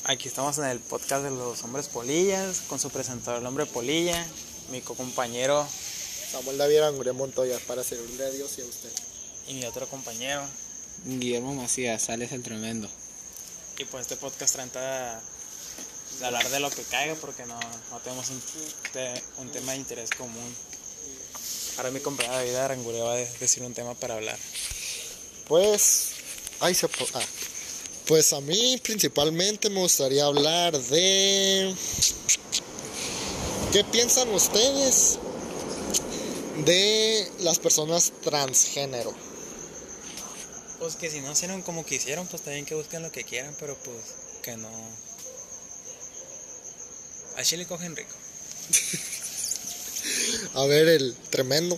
Aquí estamos en el podcast de los hombres polillas, con su presentador el hombre polilla, mi compañero Samuel David Aranguren Montoya, para servirle a Dios y a usted. y mi otro compañero. Guillermo Macías, Sales el Tremendo. Y pues este podcast trata de hablar de lo que caiga porque no tenemos un tema de interés común. Ahora mi compañero David Aranguren va a decir un tema para hablar. Pues a mí principalmente me gustaría hablar de ¿qué piensan ustedes de las personas transgénero? Pues que si no hicieron como quisieron, pues también que busquen lo que quieran, pero pues que no. A Chile cogen rico. A ver, el tremendo.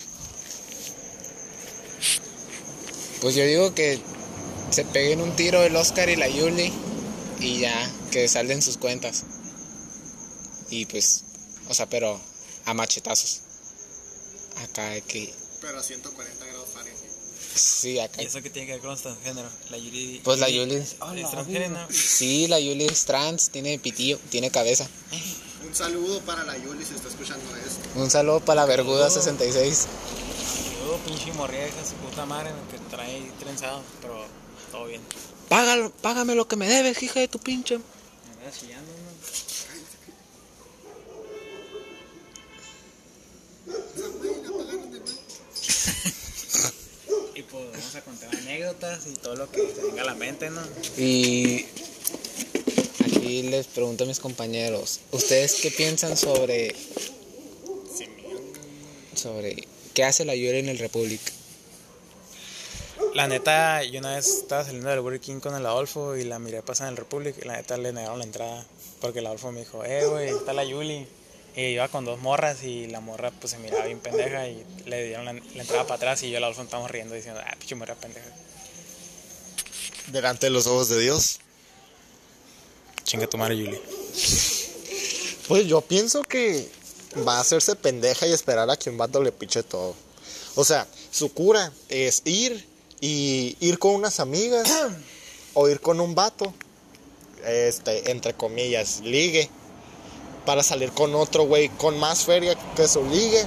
Pues yo digo que se peguen un tiro el Oscar y la Yuli y ya, que salden sus cuentas. Y pues, pero a machetazos. Acá que... Pero a 140 grados Fahrenheit. Sí, acá. ¿Y eso qué tiene que ver con los transgéneros? La Yuri. Pues la Yuli... ¿Es transgénero? Sí, la Yuli es trans, tiene pitillo, tiene cabeza. Un saludo para la Yuli si está escuchando esto. Un saludo para la Verguda 66. Yo, pinche morrieja, su puta madre, que trae trenzado, pero todo bien. Págame lo que me debes, hija de tu pinche. Me anda chillando, ¿no? Y pues vamos a contar anécdotas y todo lo que te venga a la mente, ¿no? Y aquí les pregunto a mis compañeros, ¿ustedes qué piensan sobre qué hace la Yuri en el Republic? La neta, yo una vez estaba saliendo del Burger King con el Adolfo y la miré pasar en el Republic y la neta le negaron la entrada porque el Adolfo me dijo, güey, está la Yuli. Y iba con dos morras y la morra pues se miraba bien pendeja y le dieron la entrada para atrás y yo y el Adolfo estábamos riendo diciendo, pinche morra pendeja. Delante de los ojos de Dios. Chinga tu madre, Yuli. Pues yo pienso que va a hacerse pendeja y esperar a que un vato le piche todo. O sea, su cura es ir con unas amigas o ir con un vato, entre comillas, ligue, para salir con otro güey con más feria que su ligue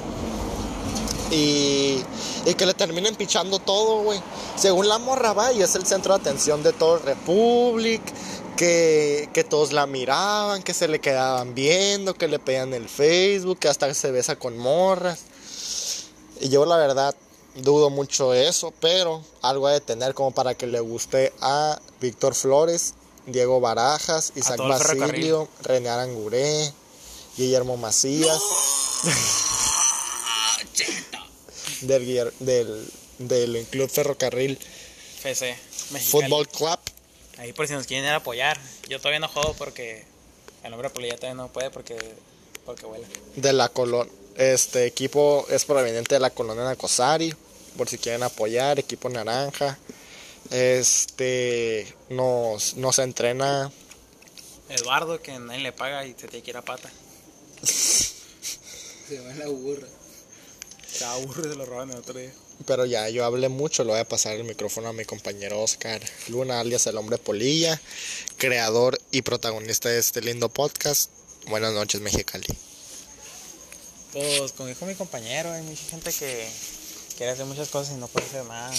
y que le terminen pichando todo, güey. Según la morra va y es el centro de atención de todo el Republic, que todos la miraban, que se le quedaban viendo, que le pedían el Facebook, que hasta se besa con morras. Y yo la verdad dudo mucho de eso, pero algo ha de tener como para que le guste a Víctor Flores, Diego Barajas, Isaac Basilio, René Aranguré, Guillermo Macías, del Club Ferrocarril FC Mexicali. Fútbol Club. Ahí por si nos quieren ir a apoyar. Yo todavía no juego porque el hombre polilla todavía no puede porque huele. De la colonia. Este equipo es proveniente de la colonia Nacosari, por si quieren apoyar, equipo naranja. Nos entrena Eduardo, que nadie le paga y se tiene que ir a pata. Se va la burra. Se aburre, se lo roban el otro día. Pero ya, yo hablé mucho, le voy a pasar el micrófono a mi compañero Oscar Luna, alias el hombre polilla, creador y protagonista de este lindo podcast. Buenas noches, Mexicali. Pues como dijo mi compañero, hay mucha gente que quiere hacer muchas cosas y no puede hacer nada.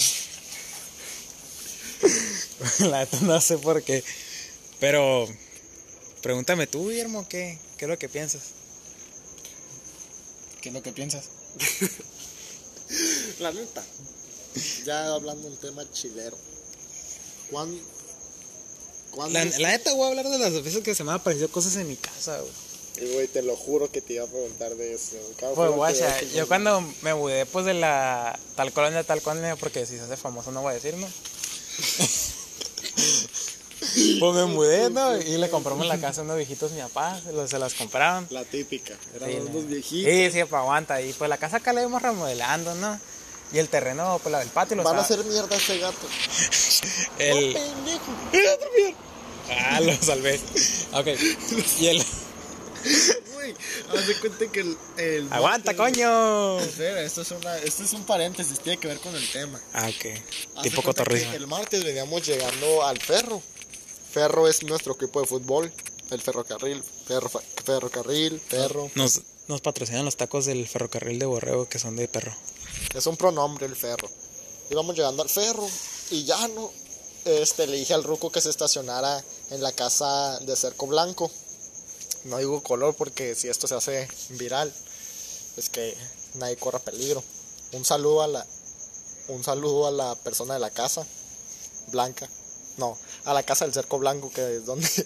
La neta no sé por qué. Pero pregúntame tú, Guillermo, ¿qué es lo que piensas? ¿Qué es lo que piensas? La neta, ya hablando un tema chilero, ¿cuándo? La neta voy a hablar de las veces que se me han aparecido cosas en mi casa, güey. Y güey, te lo juro que te iba a preguntar de eso. Pues guacha, yo cuando me mudé pues de la tal colonia, porque si se hace famoso no voy a decir, ¿no? Pues me mudé, ¿no? Y le compramos la casa a unos viejitos mi papá, se las compraron. La típica, eran Sí, unos ¿no? viejitos. Sí, pues aguanta. Y pues la casa acá la íbamos remodelando, ¿no? Y el terreno, pues el patio lo Van a estaba... hacer mierda a ese gato. El... ¡No, pendejo! lo salvé. Ok. Y el... Güey, haz de cuenta que el ¡Aguanta, martes, coño! Espera, esto es un paréntesis, tiene que ver con el tema. Ah, ok. Haz Tipo de cuenta cotorrismo. que el martes veníamos llegando al Ferro. Ferro es nuestro equipo de fútbol. El ferrocarril, ferrocarril, perro. Nos patrocinan los tacos del ferrocarril de Borrego que son de perro. Es un pronombre el ferro. Íbamos llegando al ferro y ya no. Le dije al ruco que se estacionara en la casa de Cerco Blanco. No digo color porque si esto se hace viral, es que nadie corra peligro. Un saludo a la persona de la casa blanca. No, a la casa del Cerco Blanco, que es donde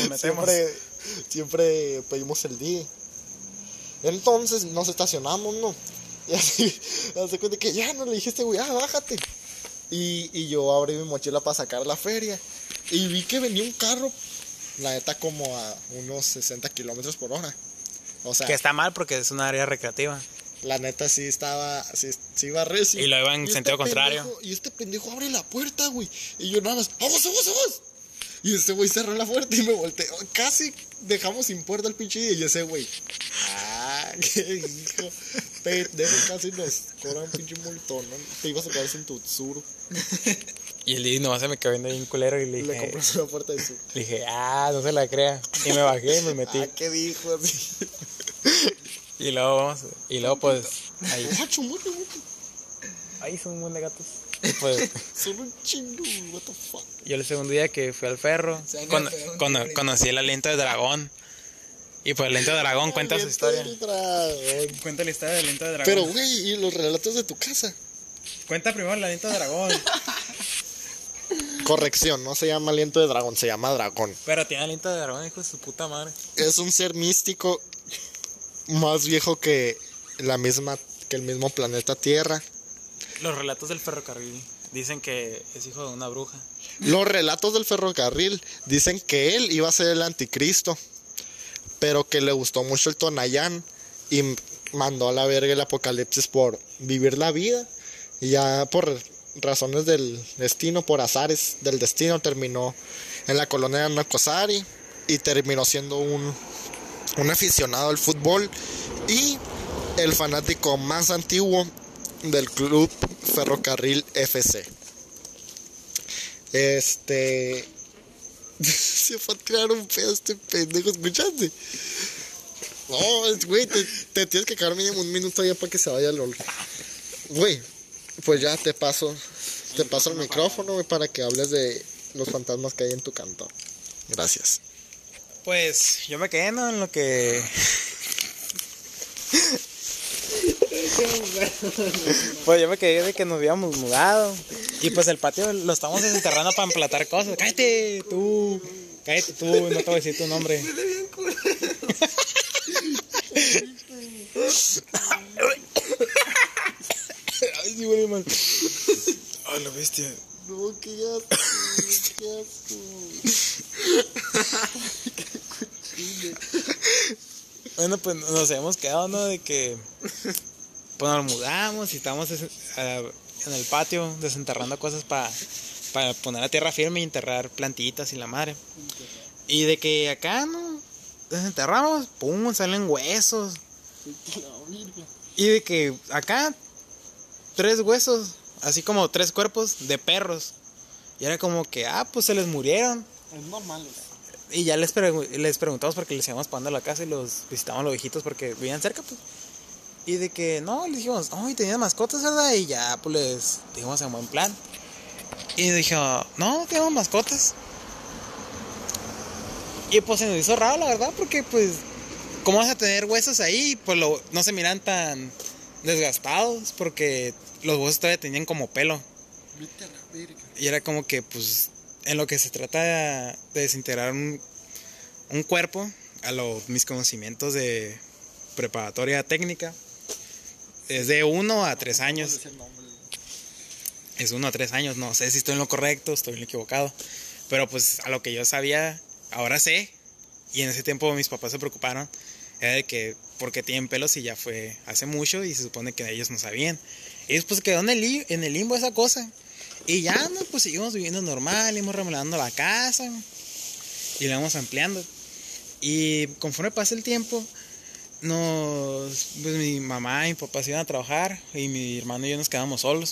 siempre pedimos el día. Entonces nos estacionamos, ¿no? Y así, hace cuenta que ya no le dijiste, güey, bájate. Y yo abrí mi mochila para sacar la feria. Y vi que venía un carro, la neta, como a unos 60 kilómetros por hora. O sea, que está mal porque es un área recreativa. La neta sí iba recio. Y lo iba en sentido contrario. Y este pendejo abre la puerta, güey. Y yo nada más, ¡vamos! Y ese güey cerró la puerta y me volteó. Casi dejamos sin puerta el pinche día. Y ese güey, qué hijo. Pendejo, casi nos cobran un pinche multón, ¿no? Te ibas a quedar sin tu sur. Y el día nomás se me quedó viendo bien culero y le dije... Le compré la puerta de su. Le dije, no se la crea. Y me bajé y me metí. ¿Qué dijo así? Y luego pues... Ahí. Mucho. Ahí son un montón de gatos. Pues, son un chingo, what the fuck. Yo el segundo día que fui al ferro, conocí el aliento de dragón. Y pues el aliento de dragón cuenta su historia. Cuenta la historia del aliento de dragón. Pero, güey, ¿y los relatos de tu casa? Cuenta primero el aliento de dragón. Corrección, no se llama aliento de dragón, se llama dragón. Pero tiene aliento de dragón, hijo de su puta madre. Es un ser místico más viejo que el mismo planeta Tierra. Los relatos del ferrocarril dicen que es hijo de una bruja. Los relatos del ferrocarril dicen que él iba a ser el anticristo, pero que le gustó mucho el Tonayán y mandó a la verga el apocalipsis por vivir la vida. Y ya por razones del destino, por azares del destino, terminó en la colonia de Nacosari y terminó siendo un aficionado al fútbol y el fanático más antiguo del club Ferrocarril FC. Se fue a tirar un pedo este pendejo, ¿escuchaste? No, güey, te tienes que quedar mínimo un minuto ya para que se vaya el olor. Güey, pues ya te paso el micrófono, güey, para que hables de los fantasmas que hay en tu canto. Gracias. Pues yo me quedé, ¿no? En lo que... Pues yo me quedé de que nos habíamos mudado. Y pues el patio lo estamos desenterrando para emplatar cosas. ¡Cállate tú! No te voy a decir tu nombre. Ay, sí, huele mal. Ay, la bestia. No, qué asco. Bueno, pues nos hemos quedado, ¿no? De que pues nos mudamos y estamos en el patio desenterrando cosas para poner la tierra firme y enterrar plantitas y la madre. Y de que acá, ¿no? Desenterramos, pum, salen huesos. Y de que acá 3 huesos, así como 3 cuerpos de perros. Y era como que, pues se les murieron. Es normal, Y ya les preguntamos porque les íbamos pagando la casa y los visitamos los viejitos porque vivían cerca, pues. Y de que, no, les dijimos, y tenían mascotas, ¿verdad? Y ya, pues les dijimos en buen plan. Y dijo, no, tenemos mascotas. Y pues se nos hizo raro, la verdad, porque pues, ¿cómo vas a tener huesos ahí? Pues no se miran tan desgastados porque los huesos todavía tenían como pelo. Y era como que, pues, en lo que se trata de desintegrar un cuerpo, mis conocimientos de preparatoria técnica, es de 1 a 3 años. Es 1 a 3 años, no sé si estoy en lo correcto, estoy en lo equivocado. Pero pues a lo que yo sabía, ahora sé. Y en ese tiempo mis papás se preocuparon. Era de que, porque tienen pelos y ya fue hace mucho y se supone que ellos no sabían. Y después quedó en el limbo esa cosa. Y ya, no, pues seguimos viviendo normal, íbamos remodelando la casa y la íbamos ampliando. Y conforme pasa el tiempo, pues mi mamá y mi papá se iban a trabajar y mi hermano y yo nos quedábamos solos.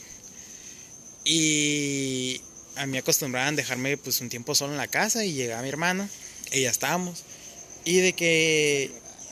Y a mí acostumbraban dejarme pues un tiempo solo en la casa y llegaba mi hermano y ya estábamos. Y de que...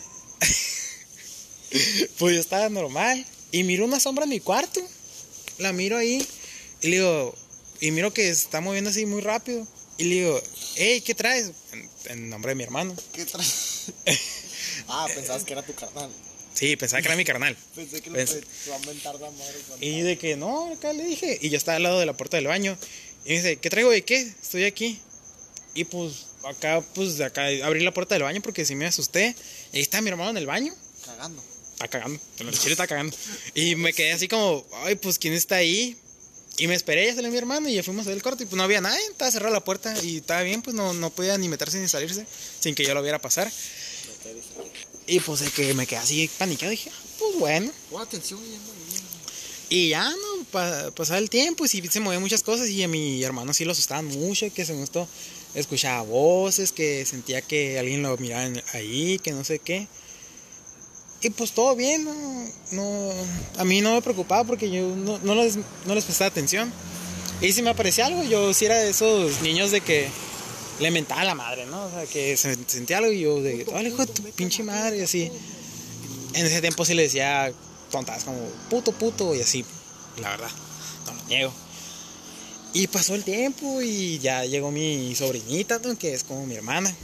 pues yo estaba normal. Y miro una sombra en mi cuarto. La miro ahí. Y le digo... Y miro que se está moviendo así muy rápido. Y le digo, hey, ¿qué traes? En nombre de mi hermano. ¿Qué traes? Pensabas que era tu carnal. Sí, pensaba que era mi carnal. Pensé que le iba a mentar de amor. Y de que no, acá le dije. Y yo estaba al lado de la puerta del baño. Y me dice, ¿qué traigo de qué? Estoy aquí. Y pues acá abrí la puerta del baño porque sí me asusté. Y ahí está mi hermano en el baño. Cagando. Está cagando. El chile está cagando. Y me quedé así como, ay, pues ¿quién está ahí? Y me esperé, ya salió mi hermano y ya fuimos a ver el corto. Y pues no había nadie, estaba cerrada la puerta. Y estaba bien, pues no podía ni meterse ni salirse sin que yo lo viera pasar. Y pues de que me quedé así paniqueado. Dije, pues bueno. Atención, Y ya, no, pasaba el tiempo y sí se movían muchas cosas. Y a mi hermano sí lo asustaban mucho. Que se gustó, escuchaba voces, que sentía que alguien lo miraba ahí, que no sé qué. Y pues todo bien, no, a mí no me preocupaba porque yo no les prestaba atención. Y si me aparecía algo, yo sí era de esos niños de que le mentaba a la madre, ¿no? O sea, que se sentía algo y yo de, ¡ay, hijo de tu pinche madre! Y así. En ese tiempo sí le decía tontas como, puto, y así, la verdad, no lo niego. Y pasó el tiempo y ya llegó mi sobrinita, ¿no? Que es como mi hermana.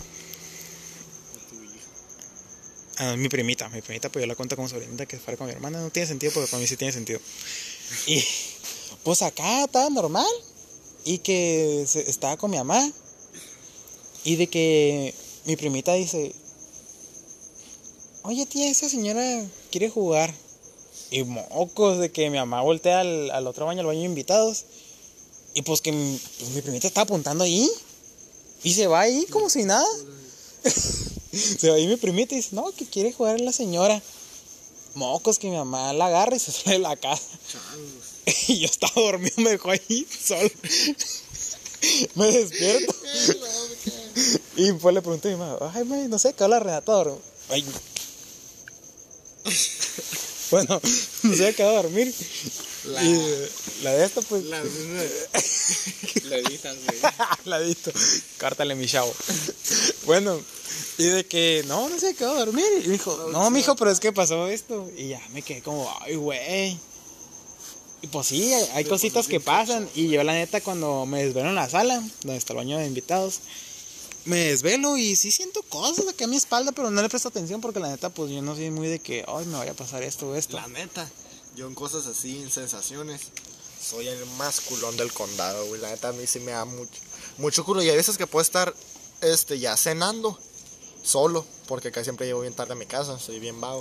Mi primita, pues yo la cuento como sobrinita, que fuera con mi hermana. No tiene sentido, porque para mí sí tiene sentido. Y pues acá estaba normal. Y que estaba con mi mamá. Y de que mi primita dice, oye tía, esa señora quiere jugar. Y mocos, de que mi mamá voltea al otro baño, al baño de invitados. Y pues que mi primita está apuntando ahí. Y se va ahí como si nada. Se va ahí mi primita y dice, no, que quiere jugar la señora. Mocos, que mi mamá la agarra y se sale de la casa. Y yo estaba dormido, me dejó ahí solo. Me despierto. Y pues le pregunté a mi mamá, ay, no sé, ¿qué habla Renata? Ay. Bueno, no sé, quedó a dormir. La de esta, pues. La editas, güey. La edito. Cártale, mi chavo. Bueno, y de que no sé, quedó a dormir. Y me dijo, no, mijo, pero es que pasó esto. Y ya me quedé como, ay, güey. Y pues sí, hay cositas que pasan. Y yo, la neta, cuando me desvelo en la sala, donde está el baño de invitados, me desvelo y sí siento cosas acá a mi espalda, pero no le presto atención porque la neta, pues yo no soy muy de que, ay, me vaya a pasar esto o esto. La neta, yo en cosas así, en sensaciones, soy el más culón del condado, güey. La neta, a mí sí me da mucho culo. Y hay veces que puedo estar, ya cenando, solo, porque casi siempre llego bien tarde a mi casa, soy bien vago.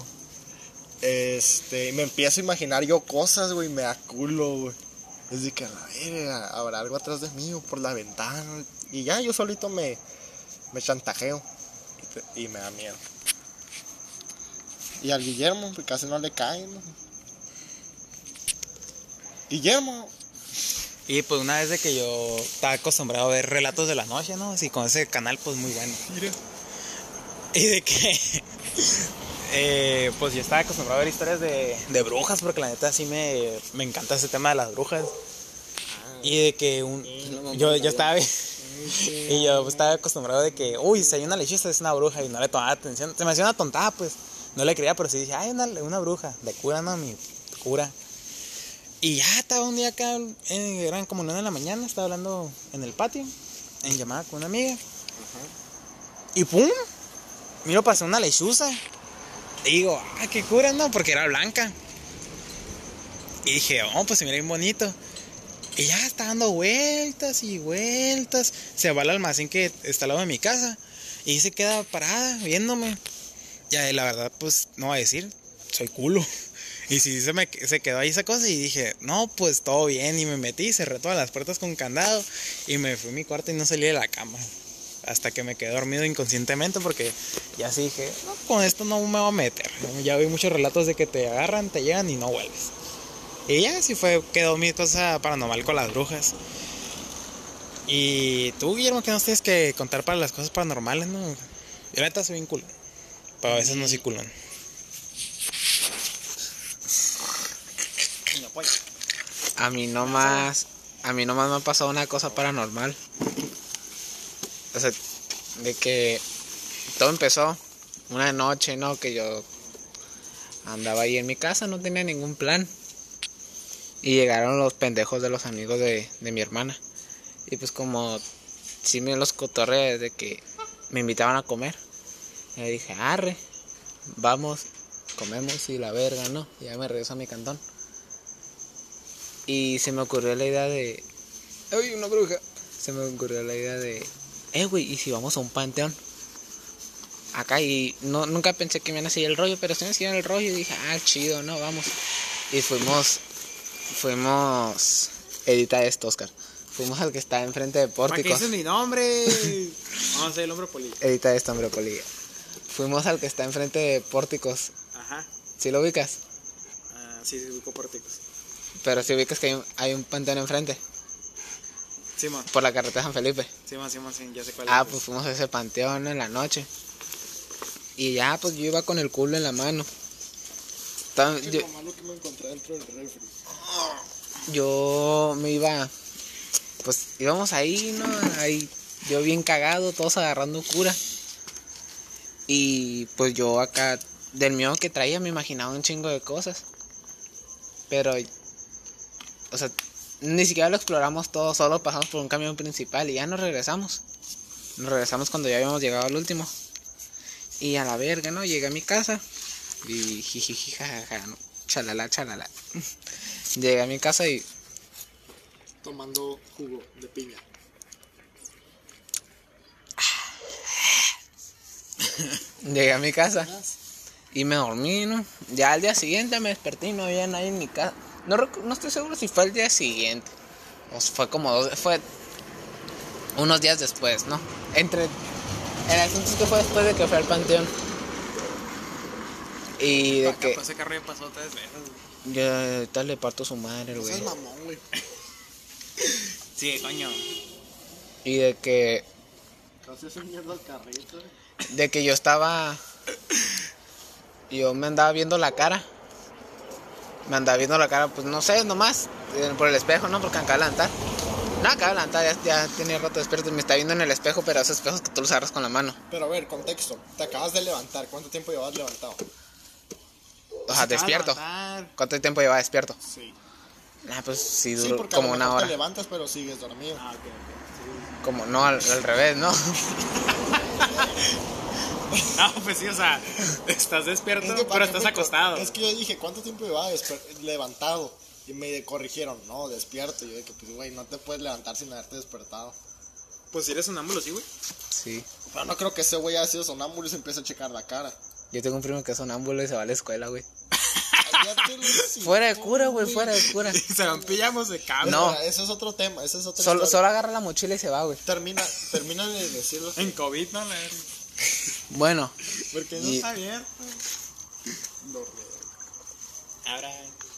Me empiezo a imaginar yo cosas, güey, me da culo, güey. Es de que, a la verga, habrá algo atrás de mí o por la ventana. Y ya, yo solito me chantajeo y me da miedo. Y al Guillermo, pues casi no le cae, ¿no? Guillermo. Y pues una vez de que yo estaba acostumbrado a ver relatos de la noche, ¿no? Así con ese canal, pues muy bueno. Mira. Y de que pues yo estaba acostumbrado a ver historias de brujas, porque la neta sí me encanta ese tema de las brujas. Y de que yo estaba y yo estaba acostumbrado de que, uy, si hay una lechuza es una bruja, y no le tomaba atención. Se me hacía una tontada, pues. No le creía, pero sí dije, ay, una bruja, de cura, no, mi cura. Y ya estaba un día acá, eran como 9 de la mañana, estaba hablando en el patio, en llamada con una amiga. Y pum, miro pasó una lechuza. Y digo, qué cura, no, porque era blanca. Y dije, pues se mira bien bonito. Y ya está dando vueltas y vueltas. Se va al almacén que está al lado de mi casa. Y se queda parada viéndome. Ya, la verdad, pues no va a decir, soy culo. Y sí, se quedó ahí esa cosa. Y dije, no, pues todo bien. Y me metí, cerré todas las puertas con candado. Y me fui a mi cuarto y no salí de la cama. Hasta que me quedé dormido inconscientemente. Porque ya sí dije, no, con esto no me voy a meter. Ya vi muchos relatos de que te agarran, te llegan y no vuelves. Y ya así quedó mi cosa paranormal con las brujas. Y tú, Guillermo, ¿qué nos tienes que contar para las cosas paranormales, no? Yo la neta soy bien culón, pero a veces no soy culón. A mí nomás me ha pasado una cosa paranormal. O sea, de que todo empezó una noche, ¿no? Que yo andaba ahí en mi casa, no tenía ningún plan. Y llegaron los pendejos de los amigos de mi hermana. Y pues como sí me los cotorreé de que me invitaban a comer. Y le dije, arre, vamos, comemos y la verga, ¿no? Y ya me regreso a mi cantón. Y se me ocurrió la idea de... ¡Ay, una bruja! Se me ocurrió la idea de... güey, ¿y si vamos a un panteón? Acá, y nunca pensé que me iban a seguir el rollo, pero se me siguieron el rollo y dije, chido, ¿no? Vamos. Y fuimos... Edita esto, Oscar. Fuimos al que está enfrente de ¿Para qué Pórticos. dices mi nombre? Vamos a ser el hombre polilla. Edita esto, hombre, polilla. Fuimos al que está enfrente de Pórticos. Ajá. ¿Sí lo ubicas? Sí, se ubicó Pórticos. Pero si ubicas que hay un panteón enfrente. Simón, Por la carretera San Felipe. Simón, sí, ya sé cuál es. Pues fuimos a ese panteón en la noche. Y ya, pues yo iba con el culo en la mano. Lo malo que me encontré dentro del refri. Yo me iba... Pues íbamos ahí, ¿no? Ahí yo bien cagado, todos agarrando cura. Y pues yo acá, del miedo que traía, me imaginaba un chingo de cosas. Pero, o sea, ni siquiera lo exploramos todo, solo pasamos por un camión principal y ya nos regresamos. Nos regresamos cuando ya habíamos llegado al último. Y a la verga, ¿no? Llegué a mi casa y jijiji, jajaja, ¿no? Chalala. Llegué a mi casa y... Tomando jugo de piña. Llegué a mi casa y me dormí, ¿no? Ya al día siguiente me desperté y no había nadie en mi casa. No estoy seguro si fue el día siguiente. O fue fue unos días después, ¿no? El asunto es que fue después de que fui al panteón. Y de que... Ese carro ya pasó 3 veces. Yo ahorita le parto su madre, No güey. seas mamón, güey. Sí, coño. Y de que... Casi hace mierda el carrito. De que yo me andaba viendo la cara. Pues no sé, nomás. Por el espejo, ¿no? Porque acaba de levantar. No, acaba de levantar, ya tenía rato despierto. Me está viendo en el espejo, pero esos espejos que tú los agarras con la mano. Pero a ver, contexto. Te acabas de levantar. ¿Cuánto tiempo llevas levantado? O sea, despierto. ¿Cuánto tiempo lleva despierto? Sí. Pues sí, Sí, duró porque como a lo una mejor hora. te levantas, pero sigues dormido. Ok. Como, no, al revés, ¿no? No, pues sí, o sea, estás despierto, Es que, pero estás acostado. Es que yo dije, ¿cuánto tiempo llevaba levantado? Y me corrigieron, no, despierto. Yo dije, pues, güey, no te puedes levantar sin haberte despertado. Pues si eres sonámbulo, sí, güey. Sí. Pero no creo que ese güey haya sido sonámbulo y se empieza a checar la cara. Yo tengo un primo que es sonámbulo y se va a la escuela, güey. Ya te lo decía, Fuera de cura, güey, fuera de cura. Y se van pillamos de cama. No. Espera, ese es otro tema, ese es otra Solo historia. agarra la mochila y se va, güey. Termina de decirlo. En COVID, ¿no? Bueno. Porque no Y- está abierto. Ahora.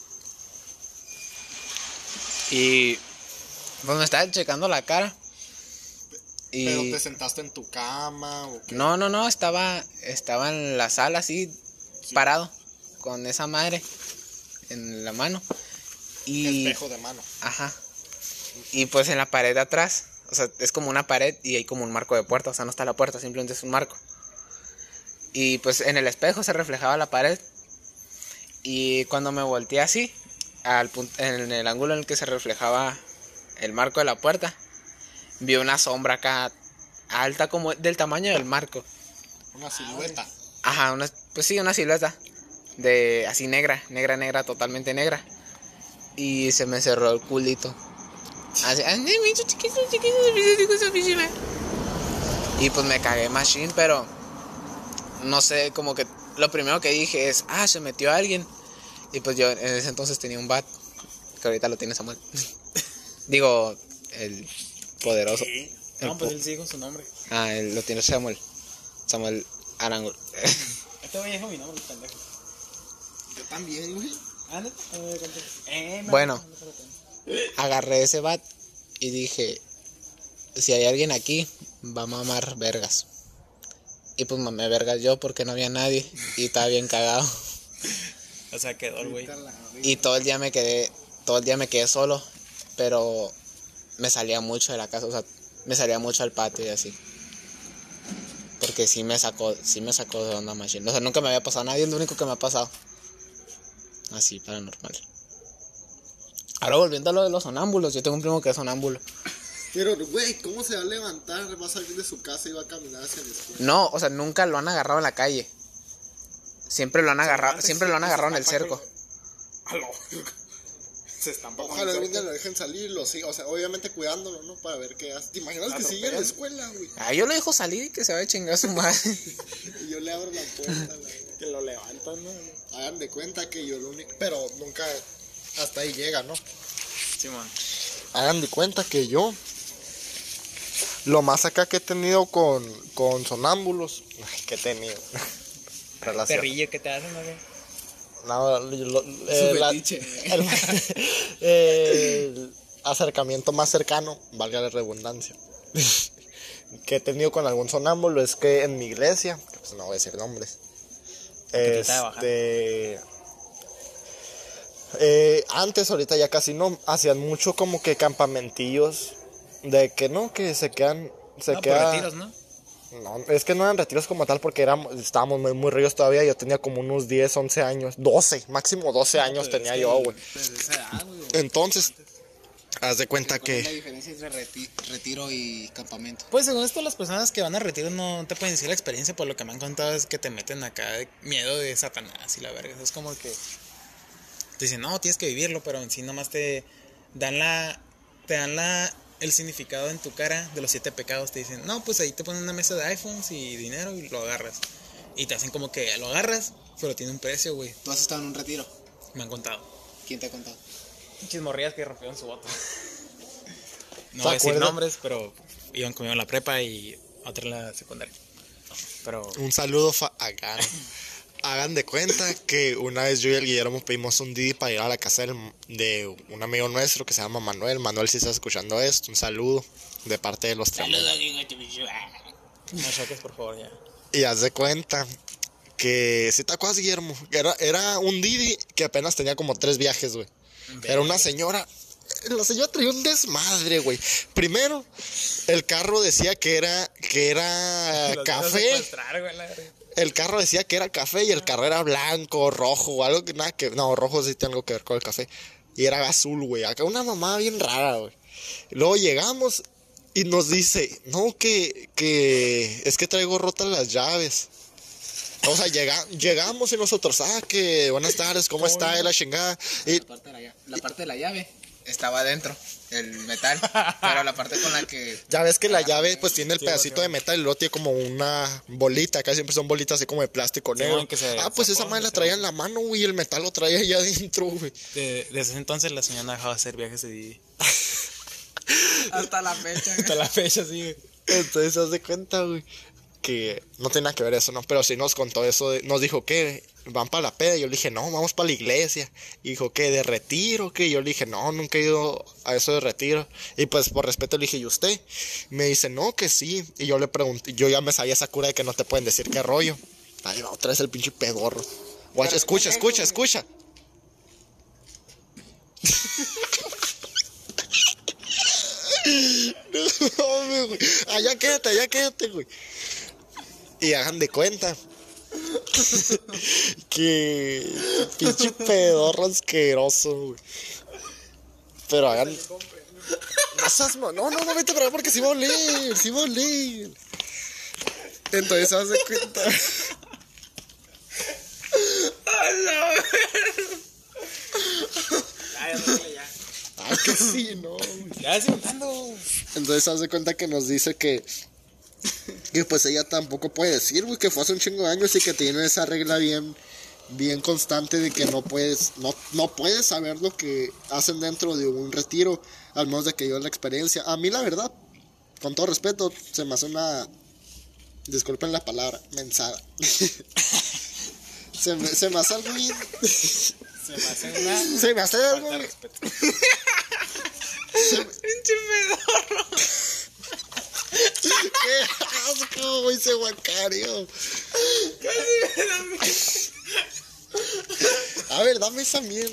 Y pues me estaba checando la cara. Y Pero te sentaste en tu cama o qué. no, estaba en la sala así, parado, con esa madre en la mano. Y Espejo de mano. ajá. Y pues en la pared de atrás, o sea, es como una pared y hay como un marco de puerta, o sea, no está la puerta, simplemente es un marco. Y pues en el espejo se reflejaba la pared. Y cuando me volteé así, en el ángulo en el que se reflejaba el marco de la puerta, vi una sombra acá alta como del tamaño del marco. Una silueta. Ajá, pues sí, una silueta de así negra, totalmente negra. Y se me cerró el culito. Así, y pues me cagué machine, pero no sé, como que lo primero que dije es, se metió alguien. Y pues yo en ese entonces tenía un bat, que ahorita lo tiene Samuel. Digo, el poderoso. No, pues él sigue con su nombre. Lo tiene Samuel Arango. Este güey dijo mi nombre, pendejo. Yo también, güey. Bueno, agarré ese bat y dije, si hay alguien aquí, va a mamar vergas. Y pues mamé vergas yo porque no había nadie y estaba bien cagado. O sea, quedó el güey. Y todo el día me quedé solo, pero me salía mucho de la casa, o sea, me salía mucho al patio y así. Porque sí me sacó de onda machine. O sea, nunca me había pasado a nadie, es lo único que me ha pasado. Así, paranormal. Ahora volviendo a lo de los sonámbulos, yo tengo un primo que es sonámbulo. Pero, güey, ¿cómo se va a levantar? Va a salir de su casa y va a caminar hacia la escuela. No, o sea, nunca lo han agarrado en la calle. Siempre lo han agarrado en el cerco. Se estampa con Ojalá el algún día cerco. lo dejen salir, o sea, obviamente cuidándolo, ¿no? Para ver qué hace. ¿Te imaginas que sigue en la escuela, güey? Ah, yo le dejo salir y que se vaya a chingar a su madre. Y yo le abro la puerta, Que lo levantan, ¿no? Hagan de cuenta que yo lo único... Pero nunca hasta ahí llega, ¿no? Sí, man. Hagan de cuenta que yo... Lo más acá que he tenido con sonámbulos... Ay, que he tenido... Relación. Perrillo que te hacen, ¿no? No, el acercamiento más cercano, valga la redundancia, que he tenido con algún sonámbulo es que en mi iglesia, pues no voy a decir nombres, antes, ahorita ya casi no, hacían mucho como que campamentillos de que no, que se quedan, Por retiros, ¿no? no, es que no eran retiros como tal porque estábamos muy ríos todavía. Yo tenía como unos 10, 11 años, 12, máximo 12 años tenía yo, güey. Entonces, haz de cuenta ¿Cuál es la que... diferencia entre retiro y campamento? Pues según esto, las personas que van a retiro no te pueden decir la experiencia. Por lo que me han contado es que te meten acá de miedo de Satanás y la verga. Es como que te dicen, no, tienes que vivirlo, pero en sí nomás te dan el significado en tu cara de los 7 pecados. Te dicen, no, pues ahí te ponen una mesa de iPhones y dinero y lo agarras. Y te hacen como que lo agarras, pero tiene un precio, güey. ¿Tú has estado en un retiro? Me han contado. ¿Quién te ha contado? Chismorrías que rompieron su voto. No ¿Se voy a decir acuerdan? nombres, pero iban conmigo en la prepa y otra en la secundaria. Pero Un saludo acá, ¿no? Hagan de cuenta que una vez yo y el Guillermo pedimos un Didi para ir a la casa de un amigo nuestro que se llama Manuel. Manuel, si estás escuchando esto, un saludo de parte de los tres. no choques, por favor, ya. Y haz de cuenta que, si te acuerdas, Guillermo, que era un Didi que apenas tenía como 3 viajes, güey. Era una señora. La señora traía un desmadre, güey. Primero, el carro decía que era Los café. iban a secuestrar, güey, la verga. El carro decía que era café y el carro era blanco, rojo, algo que nada que... No, rojo sí tiene algo que ver con el café. Y era azul, güey. Acá una mamá bien rara, güey. Y luego llegamos y nos dice, no, que es que traigo rotas las llaves. O sea, llegamos y nosotros, que buenas tardes, ¿cómo está? Y la chingada. Y La parte de la llave estaba adentro, el metal. Pero la parte con la que... ya ves que la llave pues tiene el Sí, pedacito sí. de metal y luego tiene como una bolita. Acá siempre son bolitas así como de plástico Sí, negro. que se Pues esa sacó, madre la se traía en la mano, güey, y el metal lo traía allá adentro, güey. Desde ese entonces la señora no dejaba de hacer viajes de Didi. Hasta la fecha. Hasta la fecha, sí, güey. Entonces, haz de cuenta, güey, que no tiene nada que ver eso, ¿no? Pero sí nos contó eso, nos dijo que van para la peda. Y yo le dije, no, vamos para la iglesia. Y dijo, ¿qué? ¿De retiro? ¿Qué? Y yo le dije, no, nunca he ido a eso de retiro. Y pues por respeto le dije, ¿y usted? Me dice, no, que sí. Y yo le pregunté, yo ya me sabía esa cura de que no te pueden decir qué rollo. Ahí va otra vez el pinche pedorro. Guacha, escucha. No, hombre, güey. Allá quédate, güey. Y hagan de cuenta que pinche pedorro asqueroso, güey. Pero hagan... No, vete para allá porque sí va a oler. Entonces haz de cuenta. Ah, que sí, no, güey. Ya, sigo contando. Entonces haz de cuenta que nos dice que pues ella tampoco puede decir, güey, que fue hace un chingo de años y que tiene esa regla bien constante de que no puedes saber lo que hacen dentro de un retiro, al menos de que yo la experiencia. A mí la verdad, con todo respeto, se me hace una, disculpen la palabra, mensada. se me hace algo bien. Se me hace algo Falta de bien. respeto. Pinche pedorro. ¡Qué asco, güey, ese guacario! A ver, dame esa mierda.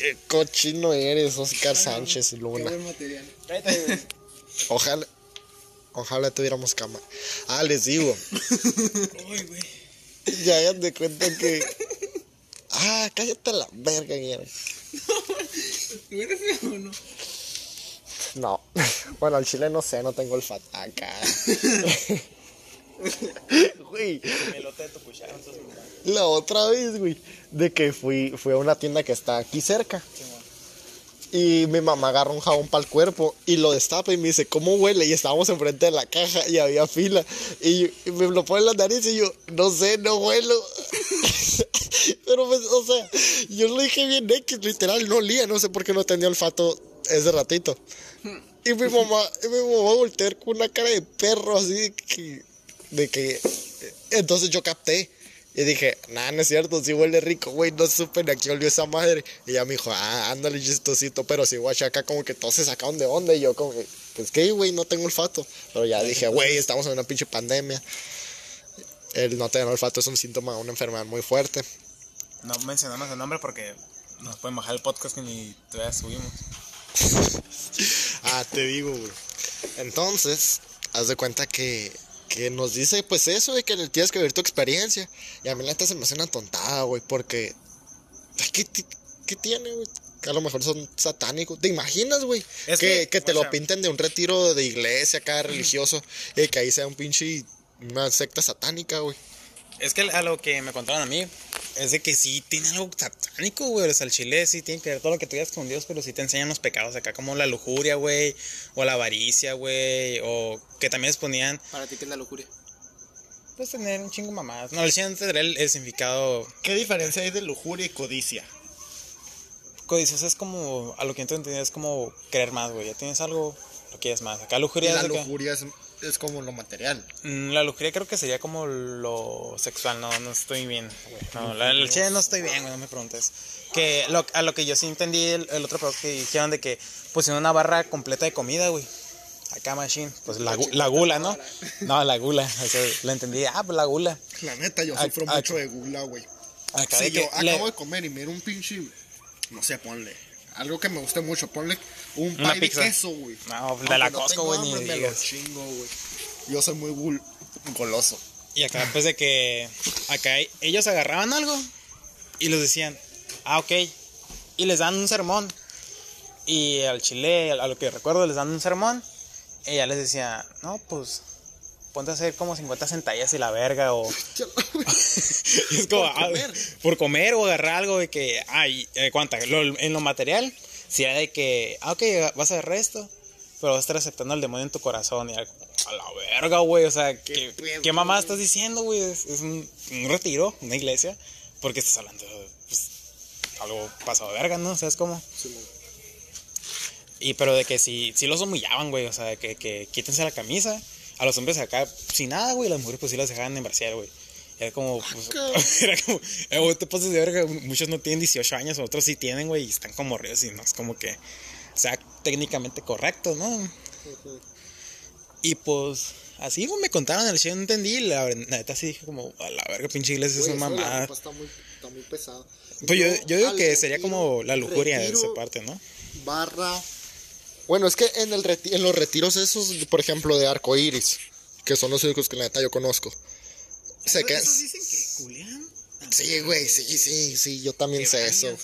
Qué cochino eres, Oscar Sánchez Qué Luna. buen material. Ojalá tuviéramos cámara. Les digo. Uy, güey. Ya hagan de cuenta que. Cállate la verga, Guillermo. ¿Hubiera sido o no? No. Bueno, al chile no sé, no tengo olfato. Acá. Güey. La otra vez, güey. De que fui a una tienda que está aquí cerca. Y mi mamá agarró un jabón para el cuerpo y lo destapa y me dice, ¿cómo huele? Y estábamos enfrente de la caja y había fila. Y me lo pone en la nariz y yo, no sé, no huelo. Pero pues, o sea, yo lo dije bien X, literal, no olía, no sé por qué no tenía olfato ese ratito. Y mi mamá volteó con una cara de perro así de que entonces yo capté. Y dije, no es cierto, sí huele rico, güey, no supe ni a qué olió esa madre. Y ella me dijo, ándale chistosito, pero sí, guacha, acá como que todos se sacaron de onda. Y yo como que, pues qué, güey, no tengo olfato. Pero ya dije, güey, estamos en una pinche pandemia. El no tener olfato es un síntoma de una enfermedad muy fuerte. No mencionamos el nombre porque nos pueden bajar el podcast que ni todavía subimos. Te digo, güey. Entonces, haz de cuenta que nos dice, pues eso, de que tienes que vivir tu experiencia. Y a mí la neta se me hace una tontada, güey, porque... ¿Qué tiene, güey? Que a lo mejor son satánicos. ¿Te imaginas, güey? Es Que que, te o lo sea, pinten de un retiro de iglesia acá religioso y que ahí sea un pinche... una secta satánica, güey. Es que a lo que me contaron a mí es de que sí tiene algo satánico, güey. O sea, el chile sí tiene que ver todo lo que tú digas con Dios, pero sí te enseñan los pecados acá, como la lujuria, güey, o la avaricia, güey, o que también les ponían, ¿Para ti qué es la lujuria? pues, tener un chingo de mamadas. No, el chile antes era el significado. ¿Qué diferencia hay de lujuria y codicia? Codicias es como, a lo que yo entendí, es como querer más, güey. Ya tienes algo, lo quieres más. Acá lujuria es de que... es como lo material. La lujuria creo que sería como lo sexual, no estoy bien, güey. No, el chile no estoy bien, güey, no me preguntes. Que a lo que yo sí entendí el otro pedo que dijeron de que pusieron una barra completa de comida, güey. Acá machine, pues la gula, ¿no? No, la gula, eso la entendí. Pues la gula. La neta, yo sufro mucho de gula, güey. Acá Si de yo que acabo de comer y miro un pinche, no sé, ponle algo que me guste mucho, ponle un Una pie pizza. de queso, güey. No, de la Aunque no Costco, tengo güey, ni hambre, me lo digas. chingo, güey. Yo soy muy goloso. Y acá pues de que acá ellos agarraban algo y les decían, ok, y les dan un sermón. Y al chile, a lo que recuerdo, les dan un sermón. Y ya les decía, no, pues ponte a hacer como 50 sentadillas y la verga, o... Y es como, por comer o agarrar algo de que, cuánta, en lo material, si era de que, ok, vas a agarrar esto, pero vas a estar aceptando al demonio en tu corazón. Y algo, a la verga, güey, o sea, ¿qué mamá estás diciendo, güey? Es un retiro, una iglesia, porque estás hablando de, pues, algo pasado de verga, ¿no? ¿Sabes cómo? Sí, Y pero de que sí los humillaban, güey, o sea, que quítense la camisa. A los hombres acá, sin nada, güey, las mujeres pues sí las dejaban en brasier, güey. Era como, pues, era como, güey, te pases de verga, muchos no tienen 18 años, otros sí tienen, güey, y están como ríos y no es como que sea técnicamente correcto, ¿no? Y pues, así, güey, me contaron el chile, no entendí, la neta sí dije como, a la verga, pinche iglesia, es una mamada. Está muy pesado. Pues yo digo que sería como la lujuria de esa parte, ¿no? Barra. Bueno, es que en los retiros esos, por ejemplo, de Arcoiris, que son los únicos que la neta yo conozco. ¿Esos dicen que culean? Sí, güey, sí, yo también sé eso.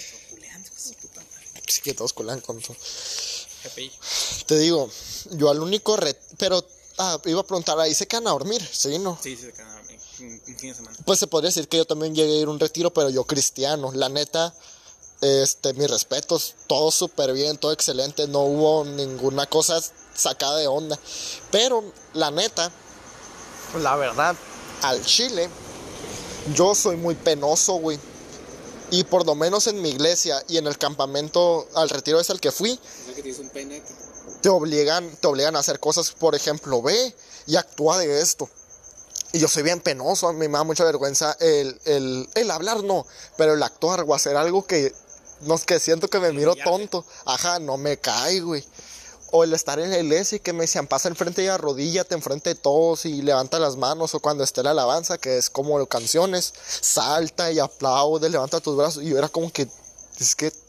Sí, que todos culean con todo. Te digo, yo al único pero iba a preguntar, ¿ahí se quedan a dormir? Sí, ¿no? Sí, se quedan a dormir, un fin de semana. Pues se podría decir que yo también llegué a ir a un retiro, pero yo cristiano. La neta, mis respetos, todo súper bien, todo excelente, no hubo ninguna cosa sacada de onda. Pero, la neta, la verdad, al chile, yo soy muy penoso, güey. Y por lo menos en mi iglesia y en el campamento, al retiro es al que fui, O sea que tienes un pene. te obligan a hacer cosas, por ejemplo, ve y actúa de esto. Y yo soy bien penoso, a mí me da mucha vergüenza el hablar, no, pero el actuar o hacer algo que siento que me miro tonto. Ajá, no me cae, güey. O el estar en la iglesia y que me decían, pasa enfrente y arrodíllate enfrente de todos y levanta las manos. O cuando esté la alabanza, que es como canciones, salta y aplaude, levanta tus brazos. Y yo era como que, es que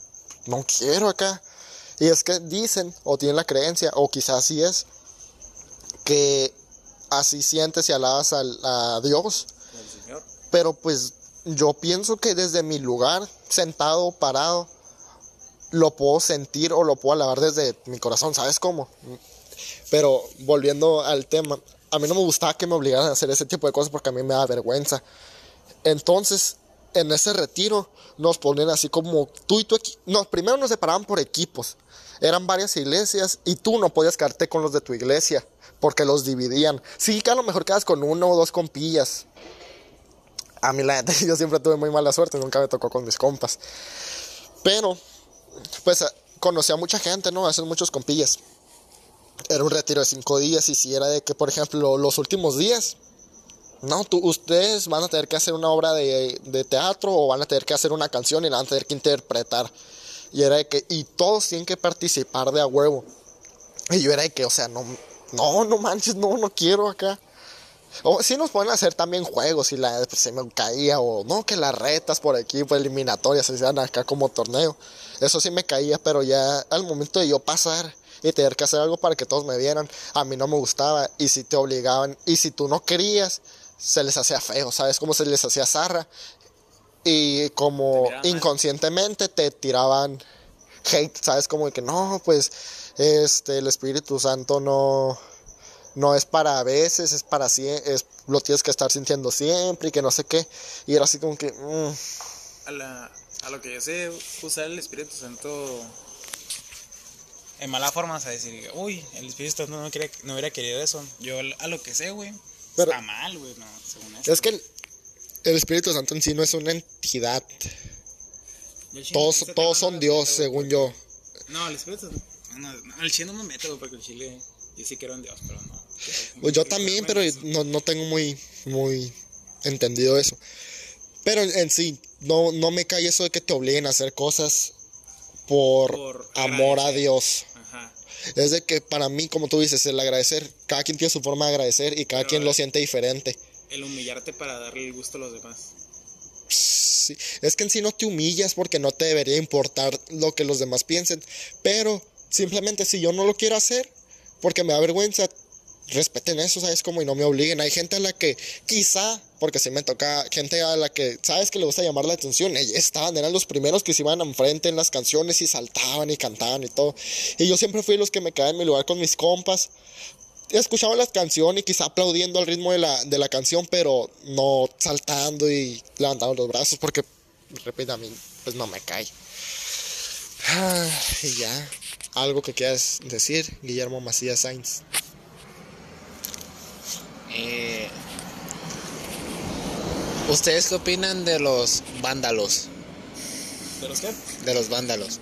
no quiero acá. Y es que dicen, o tienen la creencia, o quizás así es, que así sientes y alabas a Dios. El Señor. Pero pues yo pienso que desde mi lugar, sentado, parado, lo puedo sentir o lo puedo alabar desde mi corazón, ¿sabes cómo? Pero volviendo al tema, a mí no me gustaba que me obligaran a hacer ese tipo de cosas porque a mí me da vergüenza. Entonces, en ese retiro nos ponen así como tú y tu equipo. No, primero nos separaban por equipos. Eran varias iglesias y tú no podías quedarte con los de tu iglesia porque los dividían. Sí, que a lo mejor quedas con uno o dos compillas. A mí la neta, yo siempre tuve muy mala suerte, nunca me tocó con mis compas. Pero, pues, conocí a mucha gente, ¿no? Hacen muchos compillas. Era un retiro de 5 días y si era de que, por ejemplo, los últimos días, no, ustedes van a tener que hacer una obra de teatro o van a tener que hacer una canción y la van a tener que interpretar. Y era de que, y todos tienen que participar de a huevo. Y yo era de que, o sea, no manches, no quiero acá. O sí nos pueden hacer también juegos y pues, se me caía o no, que las retas por equipo, eliminatorias, se hacían acá como torneo. Eso sí me caía, pero ya al momento de yo pasar y tener que hacer algo para que todos me vieran, a mí no me gustaba. Y si te obligaban y si tú no querías, se les hacía feo, ¿sabes? Como se les hacía zarra. Y como inconscientemente te tiraban hate, ¿sabes? Como de que no, pues el Espíritu Santo no es para a veces, es para siempre, lo tienes que estar sintiendo siempre y que no sé qué. Y era así como que... A lo que yo sé, usar el Espíritu Santo en mala forma, o sea, decir, uy, el Espíritu Santo no hubiera querido eso. Yo a lo que sé, güey, está mal, güey, no, según eso. Es que el Espíritu Santo en sí no es una entidad. Todos son Dios, según yo. No, el Espíritu Santo, el chile no me meto, güey, porque el chile, yo sí quiero en Dios, pero no. Pues yo también, pero no tengo muy entendido eso. Pero en sí, no me cae eso de que te obliguen a hacer cosas por amor a Dios. Ajá. Es de que para mí, como tú dices, el agradecer, cada quien tiene su forma de agradecer y cada quien lo siente diferente. El humillarte para darle el gusto a los demás. Sí, es que en sí no te humillas porque no te debería importar lo que los demás piensen. Pero simplemente si yo no lo quiero hacer porque me da vergüenza, respeten eso, ¿sabes? Como y no me obliguen. Hay gente a la que quizá, porque si me toca, gente a la que sabes que le gusta llamar la atención, eran los primeros que se iban enfrente en las canciones y saltaban y cantaban y todo. Y yo siempre fui los que me quedaba en mi lugar con mis compas. Escuchaba las canciones y quizá aplaudiendo al ritmo de la canción, pero no saltando y levantando los brazos porque, repito, a mí pues no me cae. Y ya, algo que quieras decir, Guillermo Macías Sainz. ¿Ustedes qué opinan de los vándalos? ¿De los qué? De los vándalos.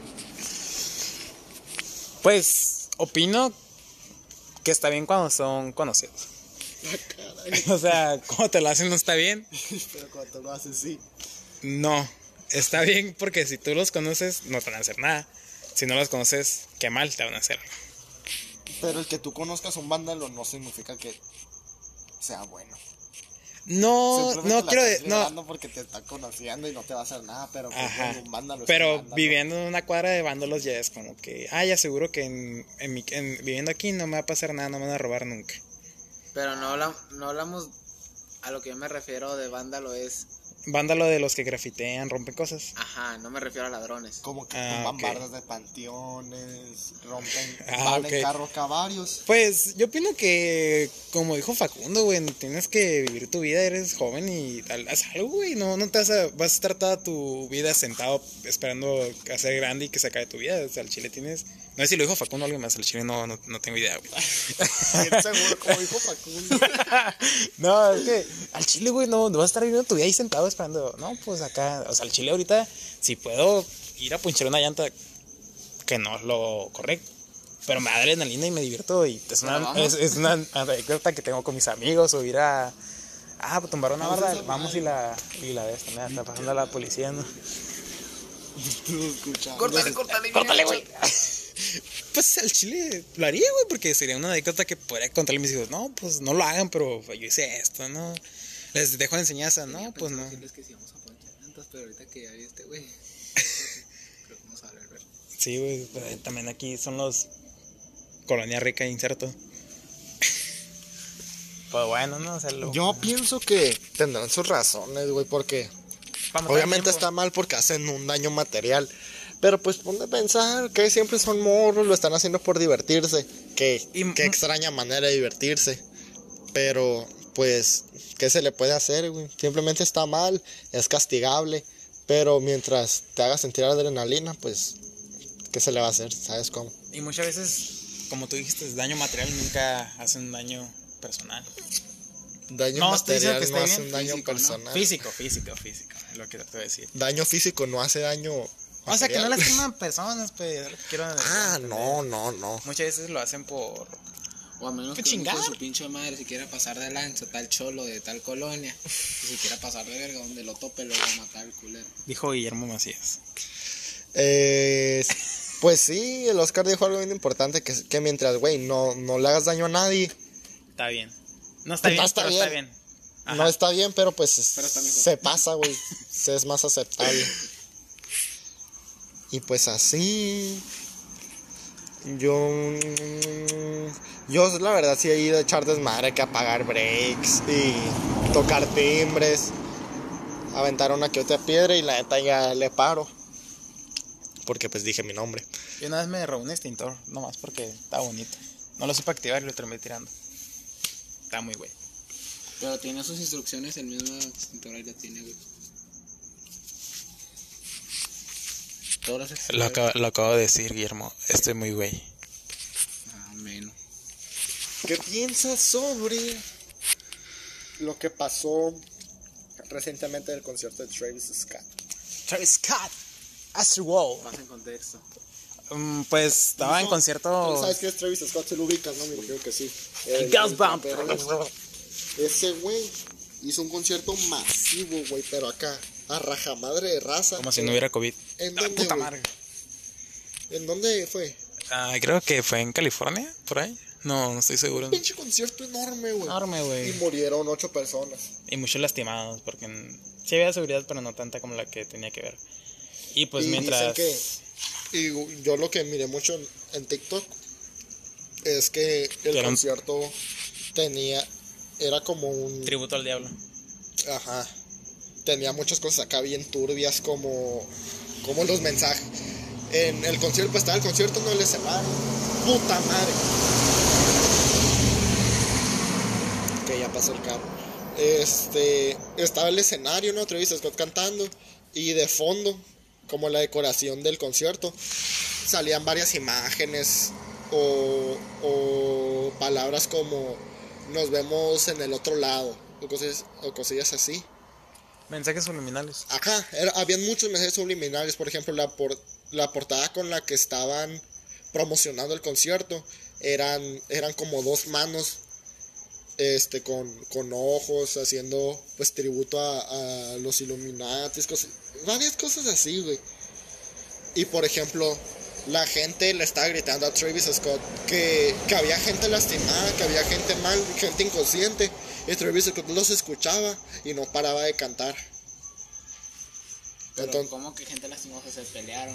Pues, opino que está bien cuando son conocidos. O sea, cuando te lo hacen no está bien. Pero cuando lo haces, sí. No, está bien porque si tú los conoces no te van a hacer nada. Si no los conoces, qué mal te van a hacer. Pero el que tú conozcas un vándalo no significa que sea bueno. No quiero no porque te está conociendo y no te va a hacer nada, pero ajá, un vándalo pero un vándalo. Viviendo en una cuadra de vándalos ya es como que ya seguro que viviendo aquí no me va a pasar nada, no me van a robar nunca. Pero no hablamos, a lo que yo me refiero de vándalo es... Vándalo de los que grafitean, rompen cosas. Ajá, no me refiero a ladrones. Como que tumban ok. bardas de panteones, rompen, ok. en carros caballos. Pues yo opino que, como dijo Facundo, güey, tienes que vivir tu vida, eres joven y haz algo, güey. No te vas a estar toda tu vida sentado esperando a ser grande y que se acabe tu vida. O sea, al chile tienes... No sé si lo dijo Facundo o alguien más, al chile no tengo idea, güey. Seguro, como dijo Facundo. No, es que al chile, güey, no vas a estar viviendo tu vida ahí sentado esperando. No, pues acá, o sea, al chile ahorita, si puedo ir a punchar una llanta, que no es lo correcto, pero me da adrenalina y me divierto. Y es una anécdota que tengo con mis amigos, o ir a tumbar una barra, vamos y la de esta, mira, está pasando la policía, ¿no? Córtale, güey. Pues al chile lo haría, güey, porque sería una anécdota que podría contarle a mis hijos. No, pues no lo hagan, pero yo hice esto, ¿no? Les dejo de enseñanza, ¿no? Pues no. Es que sí vamos a poner llantas, pero ahorita que ya vi güey, creo que vamos a ver. Sí, güey, también aquí son los Colonia Rica inserto. Pues bueno, ¿no? O sea, Yo pienso que tendrán sus razones, güey, porque para matar obviamente el tiempo. está mal porque hacen un daño material. Pero pues ponte a pensar que siempre son morros, lo están haciendo por divertirse. Qué extraña manera de divertirse. Pero pues, ¿qué se le puede hacer, güey? Simplemente está mal, es castigable. Pero mientras te haga sentir adrenalina, pues, ¿qué se le va a hacer? ¿Sabes cómo? Y muchas veces, como tú dijiste, daño material nunca hace un daño personal. Daño No, estoy diciendo material que no esté hace bien. un daño Físico, ¿no? personal. Físico, es lo que te voy a decir. Daño físico no hace daño O sea, que no material. lastiman personas, pues, quiero Ah, entender. no. Muchas veces lo hacen por... O a menos ¿Qué que un hijo de chingar? su pinche madre si quiera pasar de lanza, tal cholo de tal colonia, y si quiera pasar de verga, donde lo tope lo va a matar el culero. Dijo Guillermo Macías. Pues sí, el Oscar dijo algo bien importante, que mientras, güey, no le hagas daño a nadie. Está bien. No está No bien, está pero bien. está bien. Ajá. No está bien, pero pues Pero está mejor. se pasa, güey. Se es más aceptable. Y pues así. Yo la verdad sí he ido a echar desmadre, que apagar breaks y tocar timbres, aventar una que otra piedra y la neta ya le paro. Porque pues dije mi nombre. Yo una vez me robé un extintor, nomás porque estaba bonito. No lo supe activar y lo terminé tirando. Estaba muy güey. Pero tiene sus instrucciones, el mismo extintor ahí la tiene, güey. Todos los extintores. Lo acabo de decir, Guillermo. Estoy muy güey. Ah, menos. ¿Qué piensas sobre lo que pasó recientemente del concierto de Travis Scott? Travis Scott. Astro World. Más en contexto. Pues estaba en concierto... ¿Sabes qué es Travis Scott? Se lo ubicas, ¿no? Me imagino que sí. El Girls Bump. Ese güey hizo un concierto masivo, güey, pero acá, a rajamadre de raza. Como si no hubiera COVID. ¿En Ah, dónde, puta güey? madre. ¿En dónde fue? Creo que fue en California, por ahí. No estoy seguro. Un pinche concierto enorme, güey. Enorme, Y güey. murieron 8 personas. Y muchos lastimados, porque sí había seguridad, pero no tanta como la que tenía que ver. Y pues y mientras... dicen y yo lo que miré mucho en TikTok es que el Era un- concierto era como un... Tributo al diablo. Ajá. Tenía muchas cosas acá bien turbias como los mensajes. En el concierto, pues estaba el concierto, no le escenario. Puta madre. Que ya pasó el carro. Estaba el escenario, ¿no? Travis Scott cantando. Y de fondo, como la decoración del concierto, salían varias imágenes o palabras como nos vemos en el otro lado. O cosillas así. Mensajes subliminales. Ajá, habían muchos mensajes subliminales. Por ejemplo, la portada con la que estaban promocionando el concierto eran como dos manos con ojos haciendo pues tributo a los Illuminatis, varias cosas así, güey. Y por ejemplo, la gente le estaba gritando a Travis Scott que había gente lastimada, que había gente mal, gente inconsciente. Y Travis Scott los escuchaba y no paraba de cantar. Pero Entonces, ¿cómo que gente lastimosa se pelearon?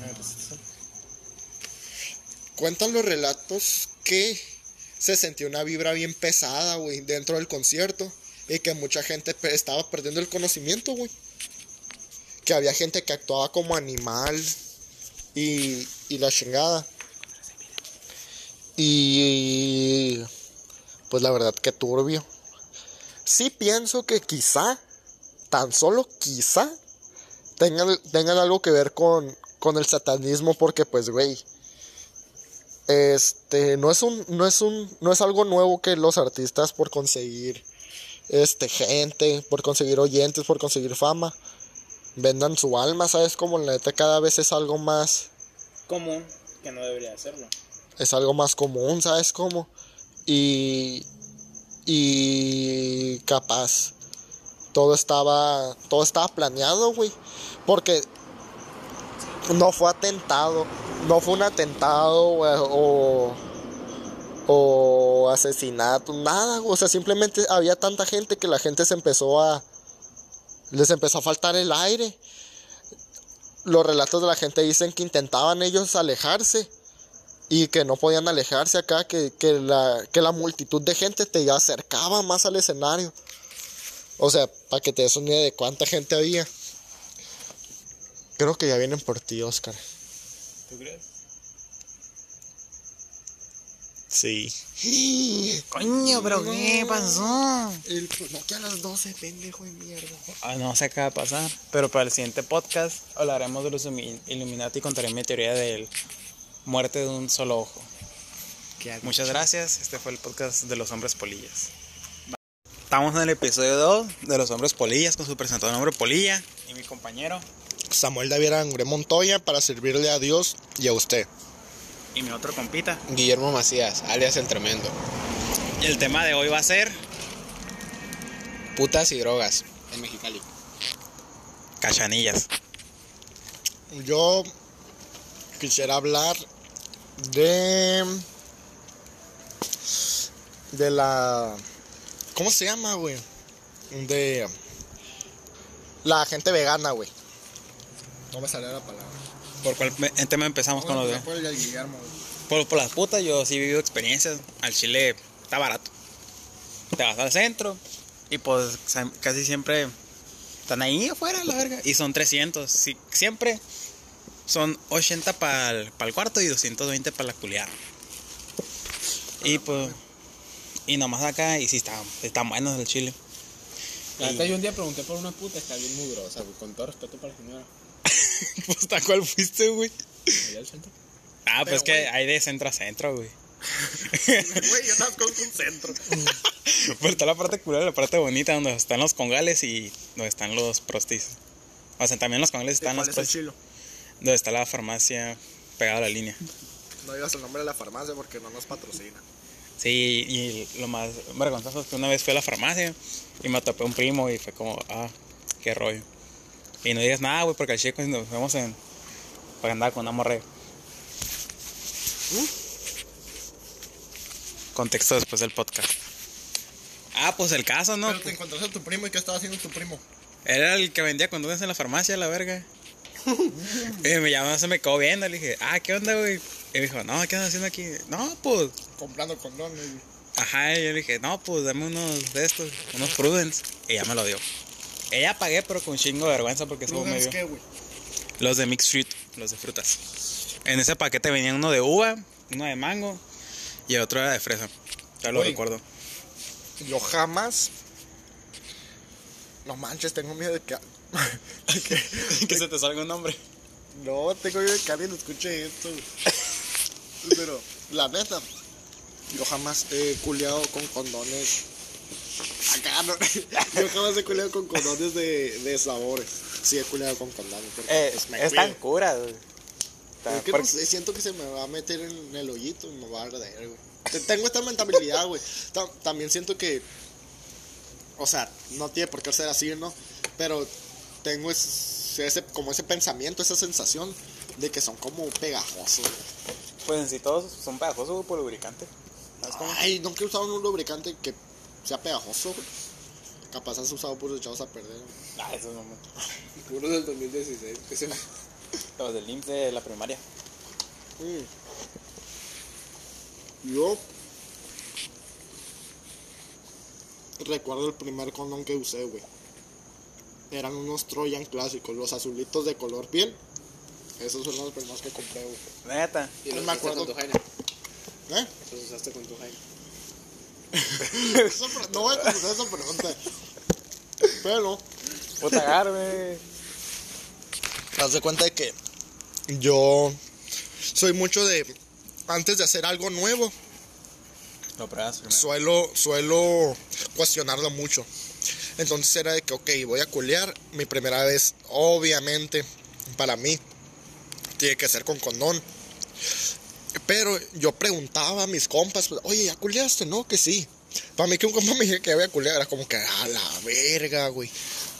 cuentan los relatos que se sentía una vibra bien pesada, güey, dentro del concierto. Y que mucha gente estaba perdiendo el conocimiento, güey. Que había gente que actuaba como animal y la chingada. Y pues la verdad que turbio. Sí pienso que quizá, tan solo quizá, tengan algo que ver con el satanismo, porque pues güey, no es algo nuevo que los artistas por conseguir gente, por conseguir oyentes, por conseguir fama, vendan su alma, ¿sabes? Como la neta cada vez es algo más Común, que no debería hacerlo. es algo más común, ¿sabes cómo? Y capaz todo estaba planeado, güey, porque no fue un atentado o asesinato, nada, güey. O sea, simplemente había tanta gente que la gente les empezó a faltar el aire. los relatos de la gente dicen que intentaban ellos alejarse y que no podían alejarse acá, que la multitud de gente te acercaba más al escenario. O sea, para que te des una idea de cuánta gente había. Creo que ya vienen por ti, Oscar. ¿Tú crees? Sí. Coño, pero ¿qué pasó? No, que a las 12, pendejo de mierda. No sé qué va a pasar. Pero para el siguiente podcast hablaremos de los Illuminati y contaré mi teoría de muerte de un solo ojo. Muchas gracias. Este fue el podcast de los hombres polillas. Estamos en el episodio 2 de los hombres polillas con su presentador hombre polilla y mi compañero. Samuel David Angure Montoya, para servirle a Dios y a usted. Y mi otro compita. Guillermo Macías, alias El Tremendo. Y el tema de hoy va a ser Putas y drogas en Mexicali. cachanillas. Yo quisiera hablar de la... ¿Cómo se llama, güey? De la gente vegana, güey. No me sale la palabra. ¿Por cuál tema empezamos con lo de...? Por el Guillermo. Por las putas, yo sí he vivido experiencias. Al chile está barato. Te vas al centro y pues casi siempre están ahí afuera, la verga. Y son 300. Sí, siempre son 80 para el cuarto y 220 para la culiada. Y pues... Y nomás acá, y sí están buenos el chile. La neta, yo un día pregunté por una puta, está bien mugrosa, güey, con todo respeto para la señora. Pues ¿a cuál fuiste, güey? Allá al centro. Ah, pues Pero, que güey, hay de centro a centro, güey. Güey, yo nazco en un centro. Pues está la parte culera, la parte bonita, donde están los congales y donde están los prostis. O sea, también los congales están los ¿Cuál es el prostis. chilo? Donde está la farmacia pegada a la línea. No digas el nombre de la farmacia porque no nos patrocina. Sí, y lo más vergonzoso es que una vez fui a la farmacia y me topé un primo y fue como, qué rollo. Y no digas nada, güey, porque al chico nos vemos para andar con una morra. Contexto después del podcast. Pues el caso, ¿no? Pero te encontraste a tu primo, ¿y qué estaba haciendo tu primo? Era el que vendía condones en la farmacia, la verga. Y me llamó, se me quedó viendo, le dije, ¿qué onda, güey? Y me dijo, no, ¿qué andas haciendo aquí? No, pues... Comprando condones. Ajá, y yo le dije, no, pues dame unos de estos, unos Prudence. Y ella me lo dio. Ella pagué, pero con chingo de vergüenza porque estuvo medio... ¿Qué, güey? Los de Mixed Fruit, los de frutas. En ese paquete venían uno de uva, uno de mango y el otro era de fresa. Ya lo Güey. recuerdo. Yo jamás... No manches, tengo miedo de que... Que se te salga un nombre. No, tengo miedo de que alguien escuche esto. Pero, la neta, yo jamás he culeado con condones. Acá no. Yo jamás he culeado con condones de sabores. Sí he culeado con condones. Porque, pues, me Están cuido. curas, güey. Es que no sé, siento que se me va a meter en el hoyito y me va a arder, güey. Tengo esta mentalidad, güey. También siento que... O sea, no tiene por qué ser así, ¿no? Pero tengo como ese pensamiento, esa sensación de que son como pegajosos, güey. Pues en sí todos son pegajosos, güey, por lubricante. ¿Sabes cómo? Ay, nunca he usado un lubricante que sea pegajoso, güey. Capaz has usado puros echados a perder, güey. Esos no. Uno del 2016. Los del IMSS de la primaria. Yo recuerdo el primer condón que usé, güey. Eran unos Trojan clásicos, los azulitos de color piel. Esos son los primeros que compré, güey. Neta. Y No los me usaste acuerdo. con tu Jaime. ¿Eh? Los usaste con tu Jaime. No voy a contestar esa pregunta. Pero, Puta agarre. haz de cuenta de que yo soy mucho de... Antes de hacer algo nuevo, Lo pruebas primero. suelo cuestionarlo mucho. Entonces era de que, ok, voy a culear. Mi primera vez, obviamente, para mí, tiene que ser con condón. Pero yo preguntaba a mis compas, oye, ¿ya culeaste? No, que sí. Para mí que un compa me dijera que había culeado, era como que, a la verga, güey.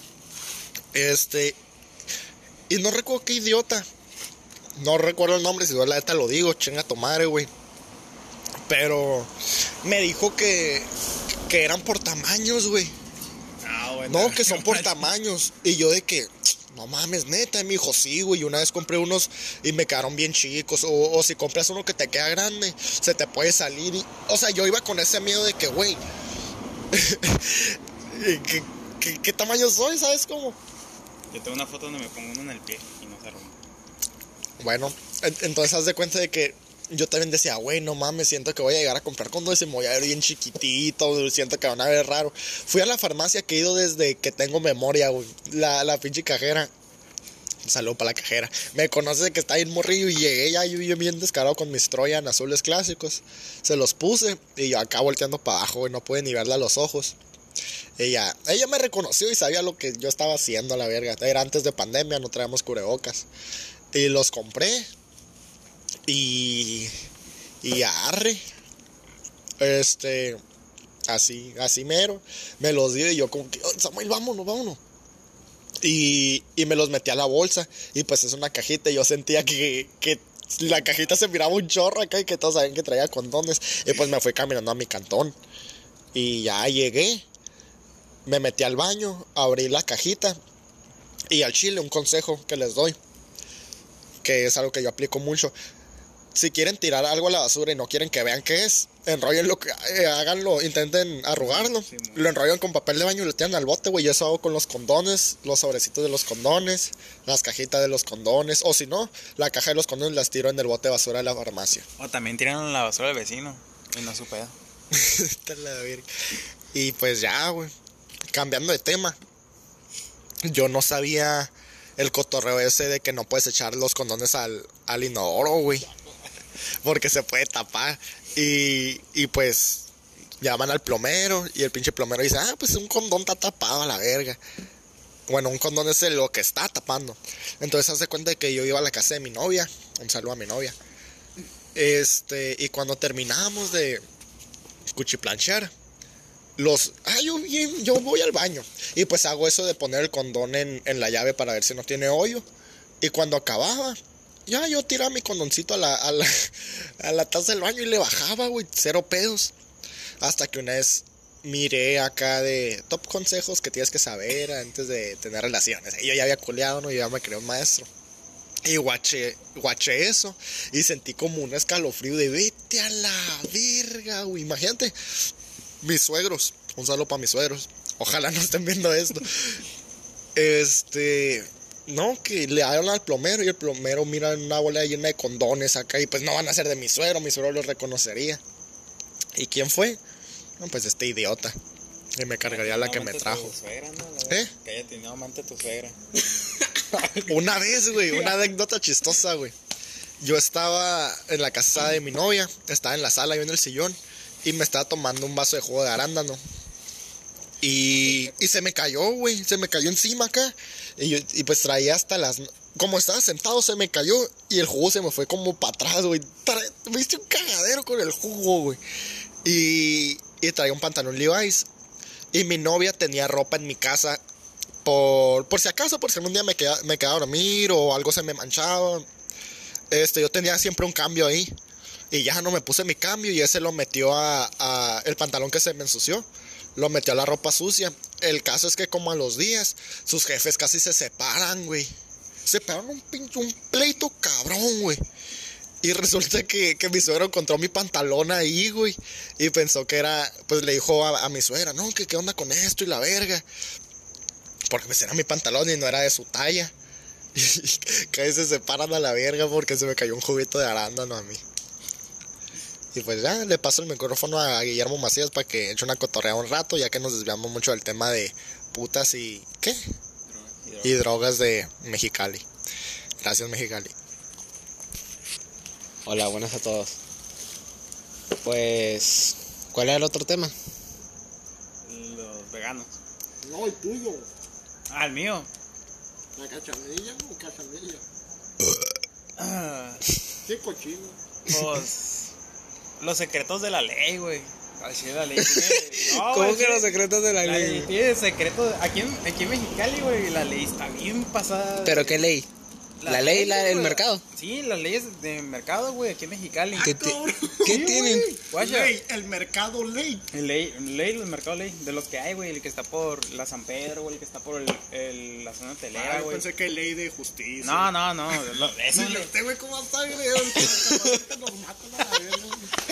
Y no recuerdo qué idiota. No recuerdo el nombre, si yo la neta lo digo, chinga tu madre, güey. Pero me dijo que eran por tamaños, güey. Bueno, No, que son por tamaños. Y yo de que, no mames, neta. Y me dijo, sí, güey. Y una vez compré unos y me quedaron bien chicos. O si compras uno que te queda grande, se te puede salir. O sea, yo iba con ese miedo de que, güey, ¿qué tamaño soy? ¿Sabes cómo? Yo tengo una foto donde me pongo uno en el pie y no se rompe. Bueno, entonces haz de cuenta de que yo también decía, güey, no mames, siento que voy a llegar a comprar condones y me voy a ver bien chiquitito, siento que van a ver raro. Fui a la farmacia que he ido desde que tengo memoria, güey. La pinche cajera. Un saludo para la cajera. Me conoce de que está bien morrillo y llegué ya yo bien descarado con mis Troyan azules clásicos. Se los puse y yo acá volteando para abajo, güey, no pude ni verla a los ojos. Ella me reconoció y sabía lo que yo estaba haciendo a la verga. Era antes de pandemia, no traíamos cubrebocas. Y los compré. Y arre. Así mero. Me los dio y yo como que, oh, Samuel, vámonos. Y me los metí a la bolsa. Y pues es una cajita y yo sentía que la cajita se miraba un chorro acá y que todos sabían que traía condones. Y pues me fui caminando a mi cantón. Y ya llegué. Me metí al baño, abrí la cajita. Y al chile un consejo que les doy, que es algo que yo aplico mucho. Si quieren tirar algo a la basura y no quieren que vean qué es, enróllenlo, háganlo, intenten arrugarlo. Sí, lo enrollan con papel de baño y lo tiran al bote, güey. Yo eso hago con los condones, los sobrecitos de los condones, las cajitas de los condones. O si no, la caja de los condones las tiro en el bote de basura de la farmacia. O también tiran en la basura del vecino y no su pedo. Y pues ya, güey. Cambiando de tema. Yo no sabía el cotorreo ese de que no puedes echar los condones al inodoro, güey. Porque se puede tapar. Y pues llaman al plomero y el pinche plomero dice, pues un condón está tapado a la verga. Bueno, un condón es lo que está tapando. Entonces hace cuenta de que yo iba a la casa de mi novia. Un saludo a mi novia. Y cuando terminamos de cuchiplanchear, yo voy al baño. Y pues hago eso de poner el condón en la llave para ver si no tiene hoyo. Y cuando acababa, ya yo tiraba mi condoncito a la taza del baño y le bajaba, güey, 0 pedos. Hasta que una vez miré acá de top consejos que tienes que saber antes de tener relaciones. Y yo ya había culeado, ¿no? Yo ya me creía un maestro. Y guaché eso. Y sentí como un escalofrío de vete a la verga, güey. Imagínate. Mis suegros, un saludo para mis suegros. Ojalá no estén viendo esto. No, que le hablan al plomero y el plomero mira una bola llena de condones acá y pues no van a ser de mi suegro los reconocería. ¿Y quién fue? No, pues este idiota. Y me cargaría la que me trajo. Suegra, ¿no? ¿Eh? Que haya tenido amante tu suegra. Una vez, güey, una anécdota chistosa, güey. Yo estaba en la casa de mi novia, estaba en la sala, yo en el sillón. Y me estaba tomando un vaso de jugo de arándano. Y se me cayó, güey. Se me cayó encima acá. Y pues traía hasta las... Como estaba sentado, se me cayó. Y el jugo se me fue como para atrás, güey. Me hice un cagadero con el jugo, güey. Y traía un pantalón Levi's. Y mi novia tenía ropa en mi casa. Por si acaso, por si algún día me quedaba a dormir o algo se me manchaba. Yo tenía siempre un cambio ahí. Y ya no me puse mi cambio y ese lo metió a el pantalón que se me ensució. Lo metió a la ropa sucia. El caso es que como a los días, sus jefes casi se separan, güey. Se pegaron un pleito cabrón, güey. Y resulta que mi suegro encontró mi pantalón ahí, güey. Y pensó que era, pues le dijo a mi suegra, no, que qué onda con esto y la verga. Porque pues era mi pantalón y no era de su talla. Y que se separan a la verga porque se me cayó un juguito de arándano a mí. Y pues ya, le paso el micrófono a Guillermo Macías para que eche una cotorrea un rato, ya que nos desviamos mucho del tema de putas y... ¿qué? Y drogas de Mexicali. Gracias, Mexicali. Hola, buenas a todos. Pues, ¿cuál era el otro tema? Los veganos. No, el tuyo. El mío. ¿La cachanilla o cachanilla? Qué cochino. Pues... Los secretos de la ley, güey. Así de la ley. No, ¿cómo que los secretos de la ley? Tiene secretos. Aquí en Mexicali, güey, la ley está bien pasada. ¿Pero qué ley? La ley, el güey. mercado. Sí, las leyes de mercado, güey, aquí en Mexicali. ¿Qué tienen? Guacha. Ley, el mercado ley. El mercado ley, de los que hay, güey, el que está por la San Pedro, güey, el que está por la zona hotelera, Yo güey. pensé que ley de justicia. No, eso es Este güey, ¿cómo está, güey? Nos matan a la verga.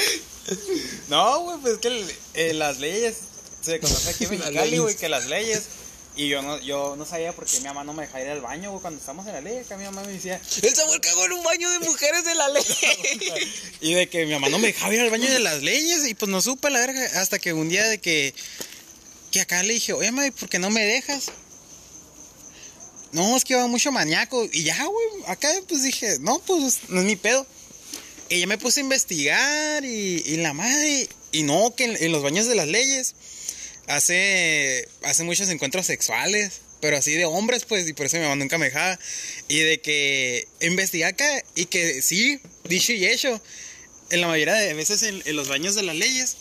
No, güey, pues es que las leyes se conoce aquí en Las Mexicali, leyes. güey, que las leyes. Y yo no sabía porque mi mamá no me dejaba ir al baño, güey, cuando estábamos en la ley, acá mi mamá me decía. El Samuel cagó en un baño de mujeres de la ley. Y de que mi mamá no me dejaba ir al baño de las leyes y pues no supe la verga hasta que un día de que acá le dije, oye, mamá, ¿por qué no me dejas? No, es que va mucho maníaco. Y ya, güey, acá pues dije, no, pues no es mi pedo. Y ya me puse a investigar y la madre, y no, que en los baños de las leyes hace muchos encuentros sexuales, pero así de hombres, pues, y por eso mi mamá nunca me dejaba. Y de que investigué acá y que sí, dicho y hecho, en la mayoría de veces en los baños de las leyes,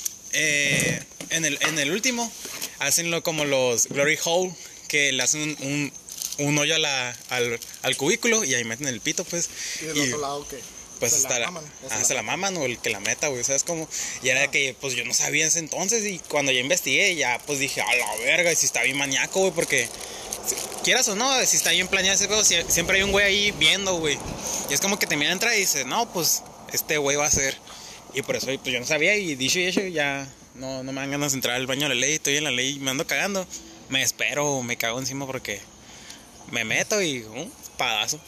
en el último, hacen como los glory hole, que le hacen un hoyo al cubículo y ahí meten el pito, pues. Y del otro lado, ¿qué? Pues se hasta la maman, se la maman o el que la meta, güey, ¿sabes cómo? Y era que, pues, yo no sabía ese entonces y cuando ya investigué, ya, pues, dije, a la verga, y si está bien maníaco, güey, porque, quieras o no, si está bien planeado ese pedo, siempre hay un güey ahí viendo, güey. Y es como que te mira entrar y dices, no, pues, este güey va a ser. Y por eso, pues, yo no sabía y dicho y hecho, ya no me dan ganas de entrar al baño de la ley, estoy en la ley y me ando cagando. Me espero, me cago encima porque me meto y, padazo.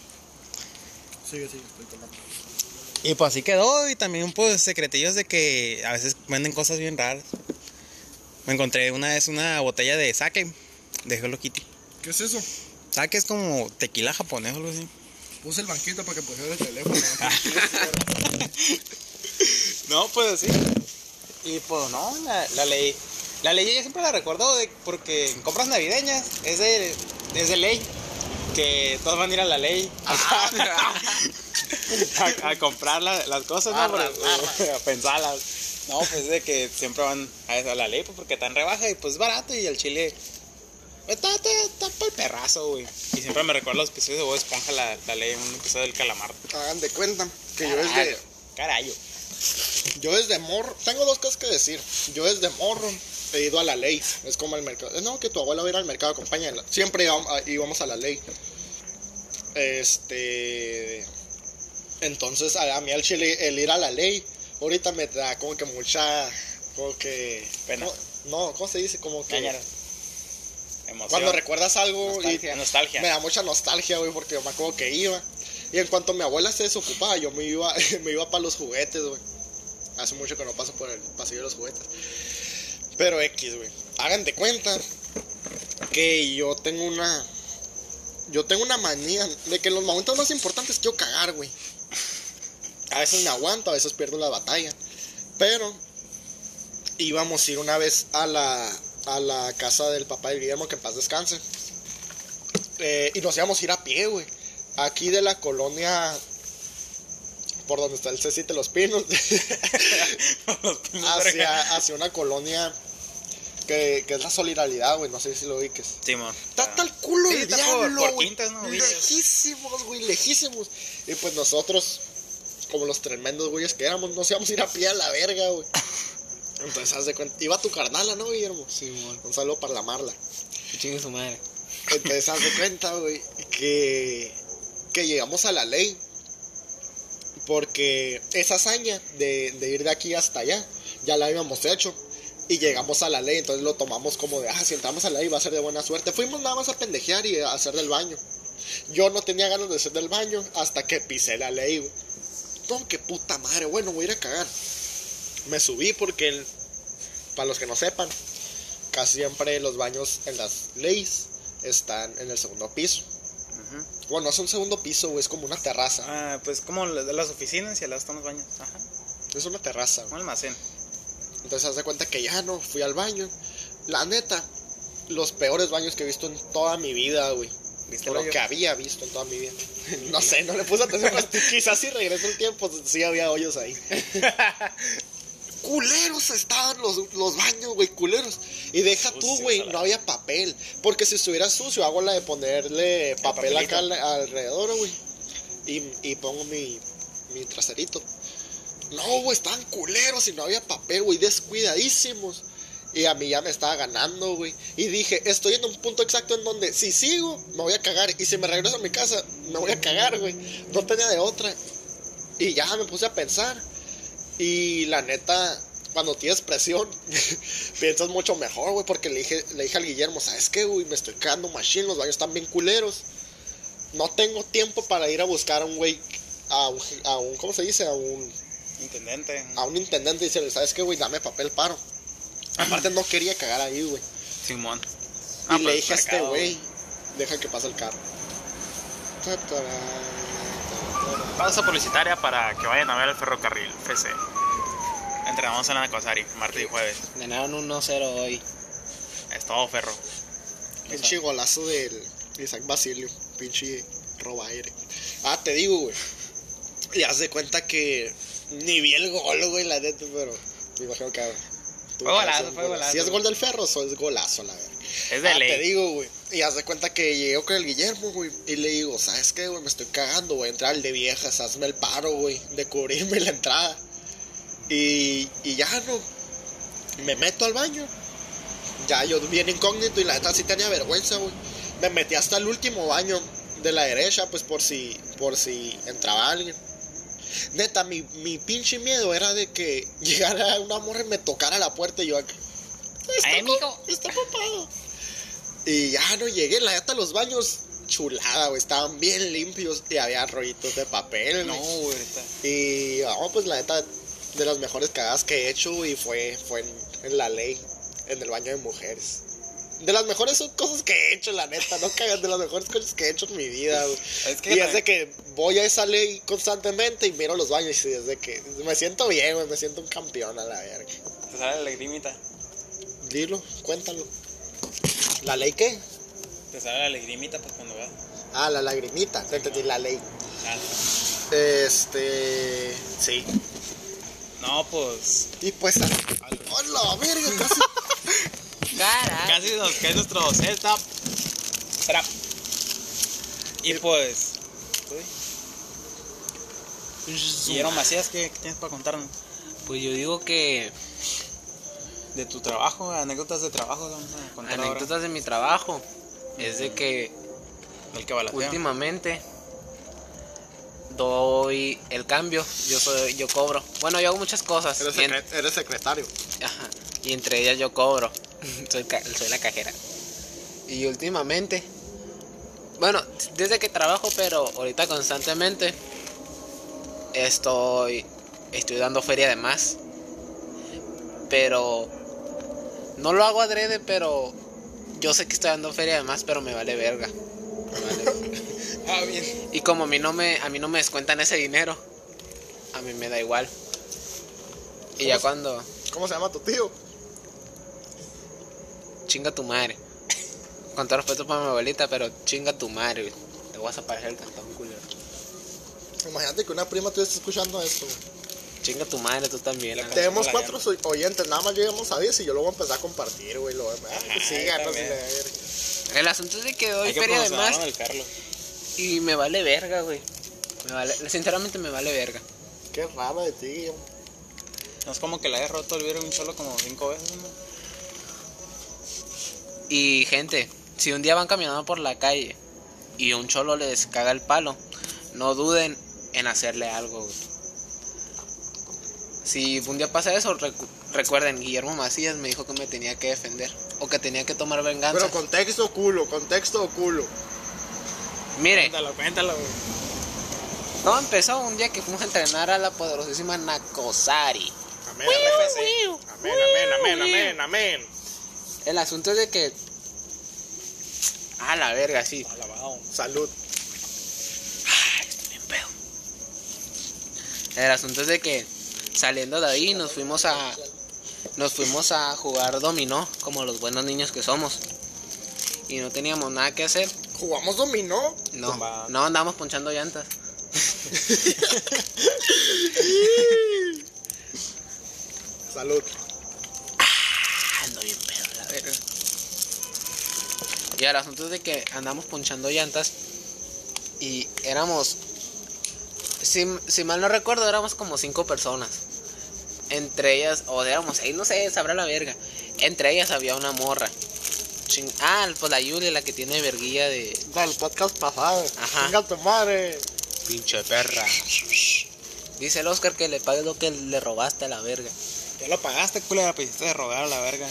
Sigue, estoy tomando. Y pues así quedó, y también pues secretillos de que a veces venden cosas bien raras. Me encontré una vez una botella de sake de Hello Kitty. ¿Qué es eso? Sake es como tequila japonés o algo así. Puse el banquito para que pusiera el teléfono. No, pues así. Y pues no, la ley. La ley yo siempre la recuerdo porque en compras navideñas es de ley. Que todos van a ir a la ley a comprar las cosas, ¿no? A pensarlas. No, pues de que siempre van a la ley pues, porque está en rebaja y pues es barato y el chile está para el perrazo, güey. Y siempre me recuerdo los episodios de Bob Esponja, la ley, un episodio del calamar. Hagan de cuenta que Carayo. yo desde morro, tengo dos cosas que decir. Yo desde morro he ido a la ley, es como el mercado. No, que tu abuela va a ir al mercado, acompáñala. Siempre íbamos a la ley. Entonces a mí al chile el ir a la ley ahorita me da como que mucha, como que pena. No, ¿cómo se dice? Como que Cañara. Emoción. cuando recuerdas algo Nostalgia. me da mucha nostalgia, güey, porque yo me acuerdo que iba. Y en cuanto mi abuela se desocupaba, yo me iba para los juguetes, güey. Hace mucho que no paso por el pasillo de los juguetes. Pero X, güey. Hagan de cuenta que yo tengo una manía de que en los momentos más importantes quiero cagar, güey. A veces me aguanto, a veces pierdo la batalla. Pero íbamos a ir una vez a la casa del papá de Guillermo, que en paz descanse. Y nos íbamos a ir a pie, güey. Aquí de la colonia, por donde está el C7 Los Pinos, hacia una colonia que es la Solidaridad, güey. No sé si lo ubiques. Sí, man. Está tal culo Sí, el está diablo, por güey. Quintas, ¿no? Lejísimos, güey, lejísimos. Y pues nosotros, como los tremendos güeyes que éramos, nos íbamos a ir a pie a la verga, güey. Entonces, haz de cuenta, iba tu carnala, ¿no, Guillermo? Sí, man. Un saludo para la Marla. Que chingue su madre. Entonces, haz de cuenta, güey, que llegamos a la ley. Porque esa hazaña de ir de aquí hasta allá, ya la habíamos hecho. Y llegamos a la ley, entonces lo tomamos como de, si entramos a la ley va a ser de buena suerte. Fuimos nada más a pendejear y a hacer del baño. Yo no tenía ganas de hacer del baño hasta que pisé la ley, güey. No, qué puta madre, bueno, voy a ir a cagar. Me subí porque, para los que no sepan, casi siempre los baños en las leyes están en el segundo piso. Bueno, es un segundo piso, güey, es como una terraza. Pues como de las oficinas y al lado están los baños. Ajá. Es una terraza, güey. Un almacén. Entonces haz de cuenta que ya no fui al baño. La neta, los peores baños que he visto en toda mi vida, güey. ¿Viste Lo el hoyo? que había visto en toda mi vida. No sé, no le puse atención. Quizás si regreso el tiempo, sí había hoyos ahí. culeros estaban los baños, güey, culeros. Y deja tú, güey, no había papel. Porque si estuviera sucio, hago la de ponerle papel acá alrededor, güey. Y pongo mi traserito. No, güey, estaban culeros y no había papel, güey, descuidadísimos. Y a mí ya me estaba ganando, güey. Y dije, estoy en un punto exacto en donde si sigo, me voy a cagar. Y si me regreso a mi casa, me voy a cagar, güey. No tenía de otra. Y ya me puse a pensar. Y la neta, cuando tienes presión, piensas mucho mejor, güey. Porque le dije al Guillermo, ¿sabes qué, güey? Me estoy quedando machine, los baños están bien culeros. No tengo tiempo para ir a buscar a un güey, a un ¿cómo se dice? A un intendente y decirle, ¿sabes qué, güey? Dame papel paro. Aparte no quería cagar ahí, güey. Simón. Y le dije a este güey, deja que pase el carro. Pausa publicitaria para que vayan a ver el ferrocarril FC. Entrenamos en la Cosari, martes y jueves. Ganaron 1-0 hoy. Es todo, ferro. Pinche golazo del Isaac Basilio. Pinche roba aire. Te digo, güey. Y haz de cuenta que ni vi el gol, güey, la neta, pero me imagino que fue golazo. Si es gol del Ferro, eso es golazo, la verdad. Es de ley. Te digo, güey. Y haz de cuenta que llegué con el Guillermo, güey. Y le digo, ¿sabes qué, güey? Me estoy cagando, voy a entrar al de viejas. Hazme el paro, güey, de cubrirme la entrada. Y ya no. Me meto al baño. Ya yo bien incógnito y la neta sí tenía vergüenza, güey. Me metí hasta el último baño de la derecha, pues por si entraba alguien. Neta, mi pinche miedo era de que llegara una morra y me tocara la puerta y yo acá. Está ocupado. Y ya no llegué, la neta, los baños chulada, güey, estaban bien limpios y había rollitos de papel, no, güey. Y pues la neta, de las mejores cagadas que he hecho, y fue en la ley, en el baño de mujeres. De las mejores cosas que he hecho, la neta, no cagas, de las mejores cosas que he hecho en mi vida, güey. Es de que voy a esa ley constantemente y miro los baños y es de que me siento bien, güey, me siento un campeón a la verga. ¿Te sale la lagrimita? Dilo, cuéntalo. ¿La ley qué? Te sale la lagrimita, pues, cuando vas. La lagrimita, te entendí, la ley. Sí. No, pues... Y pues... ¡Hola, verga! Casi... Casi nos cae nuestro setup. Trap. Y pues... Guillermo Macías, ¿qué tienes para contarnos? Pues yo digo que... De tu trabajo, anécdotas de trabajo. Vamos a contar anécdotas ahora. de mi trabajo. Es de que... El que balatea. Últimamente... doy el cambio, yo cobro. Bueno, yo hago muchas cosas. Eres secretario. Ajá. Y entre ellas yo cobro. soy la cajera. Y últimamente, bueno, desde que trabajo, pero ahorita constantemente estoy dando feria de más. Pero no lo hago adrede, pero yo sé que estoy dando feria de más, pero me vale verga. Bien. Y como a mí no me descuentan ese dinero, a mí me da igual. Y ya cuando... ¿Cómo se llama tu tío? Chinga tu madre. Con todo respeto para mi abuelita, pero chinga tu madre, güey. Te vas a parecer el cantón culero. Imagínate que una prima tuviera escuchando esto. Chinga tu madre, tú también. Tenemos 4 oyentes, nada más llegamos a 10 y yo lo voy a empezar a compartir, güey. El asunto es de que doy feria de más. Y me vale verga, güey. Sinceramente me vale verga. Qué raro de ti, güey. No es como que le hayas roto el vidrio un solo como 5 veces, ¿no? Y gente, si un día van caminando por la calle y un cholo les caga el palo, no duden en hacerle algo, güey. Si un día pasa eso, recuerden, Guillermo Macías me dijo que me tenía que defender o que tenía que tomar venganza. Pero contexto culo. Mire, Cuéntalo, güey. todo empezó un día que fuimos a entrenar a la poderosísima Nacosari. Amén. El asunto es de que... la verga, sí. Alabado. Salud. Estoy bien pedo. El asunto es de que saliendo de ahí nos fuimos a jugar dominó, como los buenos niños que somos. Y no teníamos nada que hacer. ¿Jugamos dominó? No andábamos ponchando llantas. Salud. Ando bien pedo, la verga. Y el asunto es de que andamos ponchando llantas y éramos, si mal no recuerdo, éramos como 5 personas. Entre ellas, o éramos 6, no sé, sabrá la verga. Entre ellas había una morra. Pues la Yuli, la que tiene verguilla de... Del podcast pasado. Ajá. Venga tu madre. Pinche perra. Dice el Oscar que le pagues lo que le robaste a la verga. Ya lo pagaste, culera, pediste de rogar a la verga.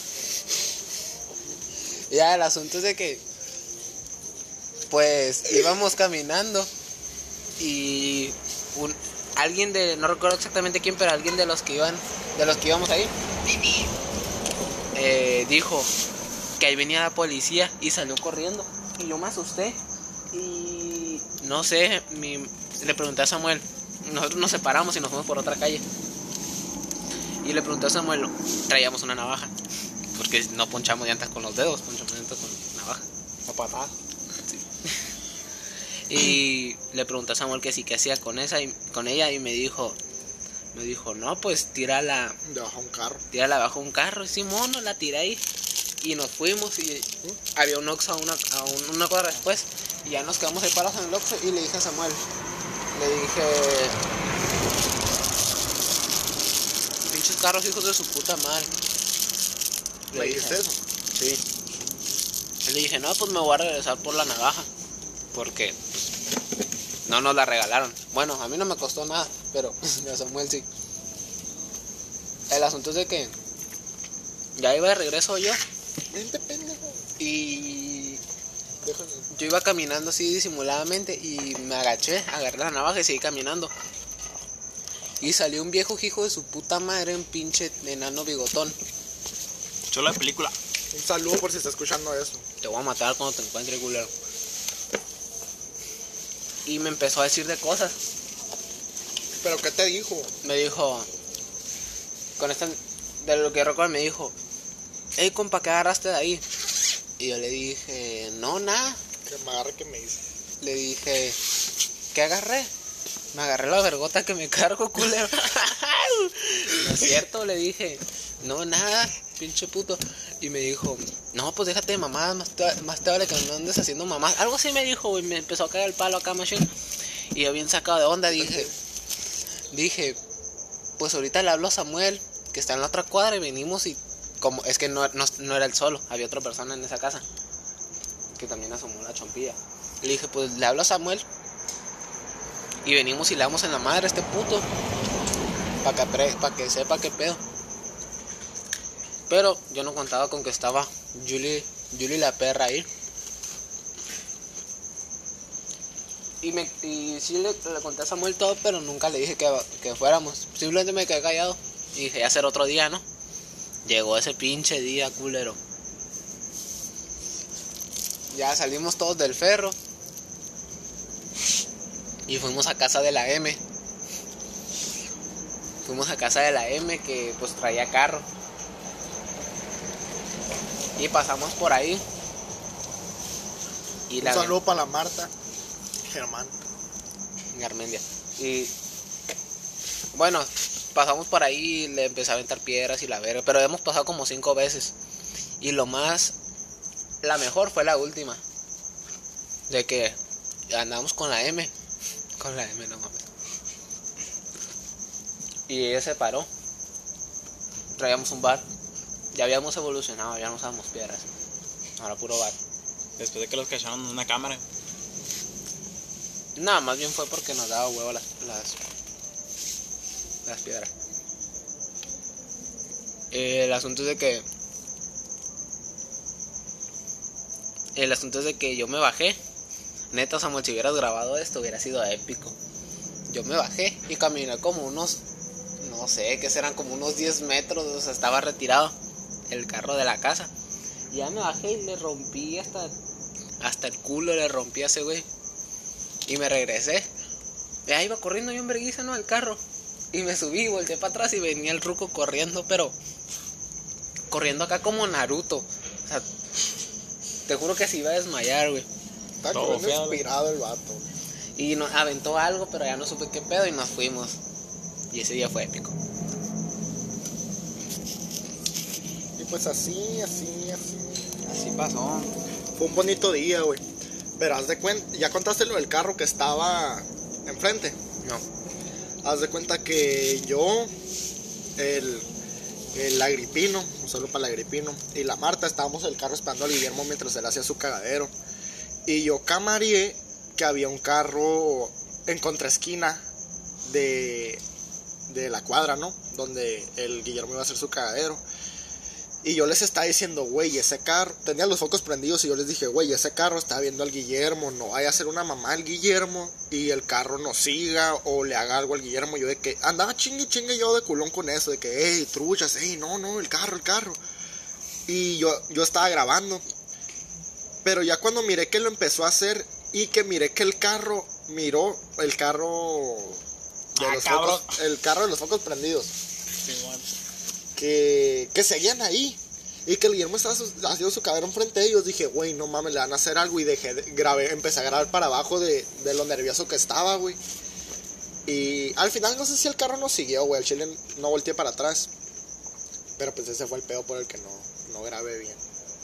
Ya, el asunto es de que pues íbamos caminando y alguien de, no recuerdo exactamente quién, pero alguien de los que íbamos ahí dijo que ahí venía la policía y salió corriendo y yo me asusté y no sé, le pregunté a Samuel, nosotros nos separamos y nos fuimos por otra calle y le pregunté a Samuel, traíamos una navaja. Porque no ponchamos llantas con los dedos, ponchamos llantas con navaja. A patada. Sí. Y le pregunté a Samuel que sí, que hacía con ella y me dijo, no, pues tírala Debajo un carro. Tírala bajo un carro. Y Simón, no, la tiré ahí. Y nos fuimos y había un Oxxo a una cuadra después. Y ya nos quedamos ahí parados en el Oxxo y le dije a Samuel, pinches carros hijos de su puta madre. ¿Le dijiste eso? Sí. Le dije, no, pues me voy a regresar por la navaja. Porque pues, no nos la regalaron. Bueno, a mí no me costó nada, pero a Samuel sí. El asunto es de que ya iba de regreso yo. Vente, pendejo. Y Déjame. yo iba caminando así disimuladamente y me agaché, agarré la navaja y seguí caminando. Y salió un viejo hijo de su puta madre, un pinche enano bigotón. Chula de película. Un saludo por si está escuchando eso. Te voy a matar cuando te encuentre, culero. Y me empezó a decir de cosas. ¿Pero qué te dijo? Me dijo, de lo que recuerdo, me dijo, hey compa, ¿qué agarraste de ahí? Y yo le dije, no, nada. Que me agarre, que me dice. Le dije, ¿qué agarré? Me agarré la vergota que me cargo, culero. No es cierto, le dije, no, nada, pinche puto. Y me dijo, no, pues déjate de mamadas, más te vale que no andes haciendo mamadas. Algo así me dijo, güey, me empezó a caer el palo acá, machine. Y yo bien sacado de onda dije, pues ahorita le hablo a Samuel, que está en la otra cuadra, y venimos y como es que no era él solo, había otra persona en esa casa que también asomó la chompilla. Le dije, pues le hablo a Samuel y venimos y le damos en la madre a este puto para que sepa qué pedo. Pero yo no contaba con que estaba Julie la perra ahí. Y sí le conté a Samuel todo, pero nunca le dije que fuéramos. Simplemente me quedé callado y dije, ya será otro día, ¿no? Llegó ese pinche día, culero. Ya salimos todos del ferro y fuimos a casa de la M. Fuimos a casa de la M, que pues traía carro. Y pasamos por ahí. Y Un saludo para la Marta. Germán. Garmendia. Y bueno, pasamos por ahí y le empecé a aventar piedras y la verga. Pero hemos pasado como 5 veces. Y la mejor fue la última. De que andamos con la M. Con la M, no mames. Y ella se paró. Traíamos un bar. Ya habíamos evolucionado, ya no usábamos piedras. Ahora puro bar. Después de que los cacharon en una cámara. Nada, más bien fue porque nos daba huevo las piedras. El asunto es de que yo me bajé. Neta, Samuel, si hubieras grabado esto hubiera sido épico. Yo me bajé y caminé como unos, no sé, que serán como unos 10 metros. O sea, estaba retirado el carro de la casa. Y ya me bajé y le rompí hasta el culo, le rompí a ese güey. Y me regresé. Y ahí iba corriendo yo en vergüenza, ¿no? Al carro. Y me subí, volteé para atrás y venía el ruco corriendo, pero corriendo acá como Naruto. O sea, te juro que se iba a desmayar, güey. Está Todo corriendo feo, inspirado el vato. Y nos aventó algo, pero ya no supe qué pedo y nos fuimos. Y ese día fue épico. pues así. Así pasó. Fue un bonito día, güey. Pero haz de cuenta, ya contaste lo del carro que estaba enfrente. No. Haz de cuenta que yo, el Agripino, un saludo para el Agripino, y la Marta estábamos en el carro esperando al Guillermo mientras él hacía su cagadero. Y yo camarié que había un carro en contraesquina de la cuadra, ¿no? Donde el Guillermo iba a hacer su cagadero. Y yo les estaba diciendo, güey, ese carro, tenía los focos prendidos y yo les dije, güey, ese carro está viendo al Guillermo, no vaya a ser una mamá al Guillermo y el carro no siga o le haga algo al Guillermo. Yo de que andaba chingue yo de culón con eso, de que, hey, truchas, hey, no, el carro. Y yo estaba grabando. Pero ya cuando miré que lo empezó a hacer y que miré que el carro miró el carro de los focos, el carro de los focos prendidos. Sí, bueno. Que seguían ahí y que el Guillermo estaba haciendo su cagadero enfrente de ellos. Dije, güey, no mames, le van a hacer algo. Y empecé a grabar para abajo de lo nervioso que estaba, güey. Y al final no sé si el carro no siguió, güey. El chile no volteé para atrás. Pero pues ese fue el pedo por el que no grabé bien.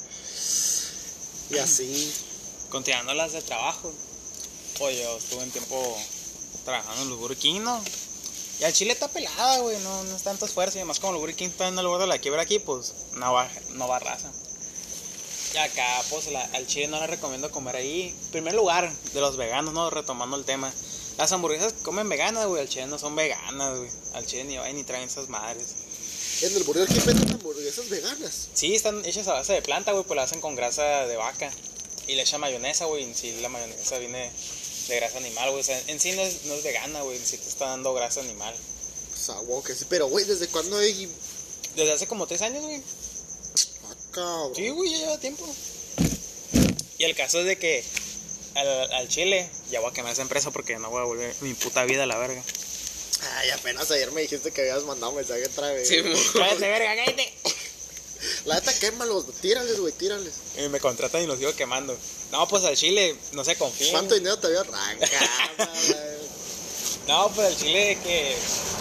Y así. Continuando las de trabajo. Pues yo estuve un tiempo trabajando en los Burger King, ¿no? Y al chile está pelada, güey, no es tanto esfuerzo. Y además como los Burger King están al borde de la quiebra aquí, pues no va raza. Y acá, pues al chile no les recomiendo comer ahí. Primer lugar de los veganos, ¿no? Retomando el tema. Las hamburguesas que comen veganas, güey, al chile no son veganas, güey. Al chile ni vayan ni traen esas madres. En el Burger King venden hamburguesas veganas. Sí, están hechas a base de planta, güey, pues la hacen con grasa de vaca. Y le echan mayonesa, güey, y sí, la mayonesa viene de grasa animal, güey. O sea, en sí no es vegana, güey, en sí te está dando grasa animal. O sea, wow, que sí. Pero, güey, ¿desde cuándo hay? Desde hace como 3 años, güey. Ah, cabrón. Sí, güey, ya lleva tiempo. Y el caso es de que al chile ya voy a quemar esa empresa porque no voy a volver mi puta vida a la verga. Ay, apenas ayer me dijiste que habías mandado un mensaje otra vez. Sí, Cállate, verga, cállate. La neta, quémalos, tírales, güey, tírales. Y me contratan y los sigo quemando. No, pues al chile no se confíen. ¿Cuánto dinero te había arrancado? No, pues al chile de que...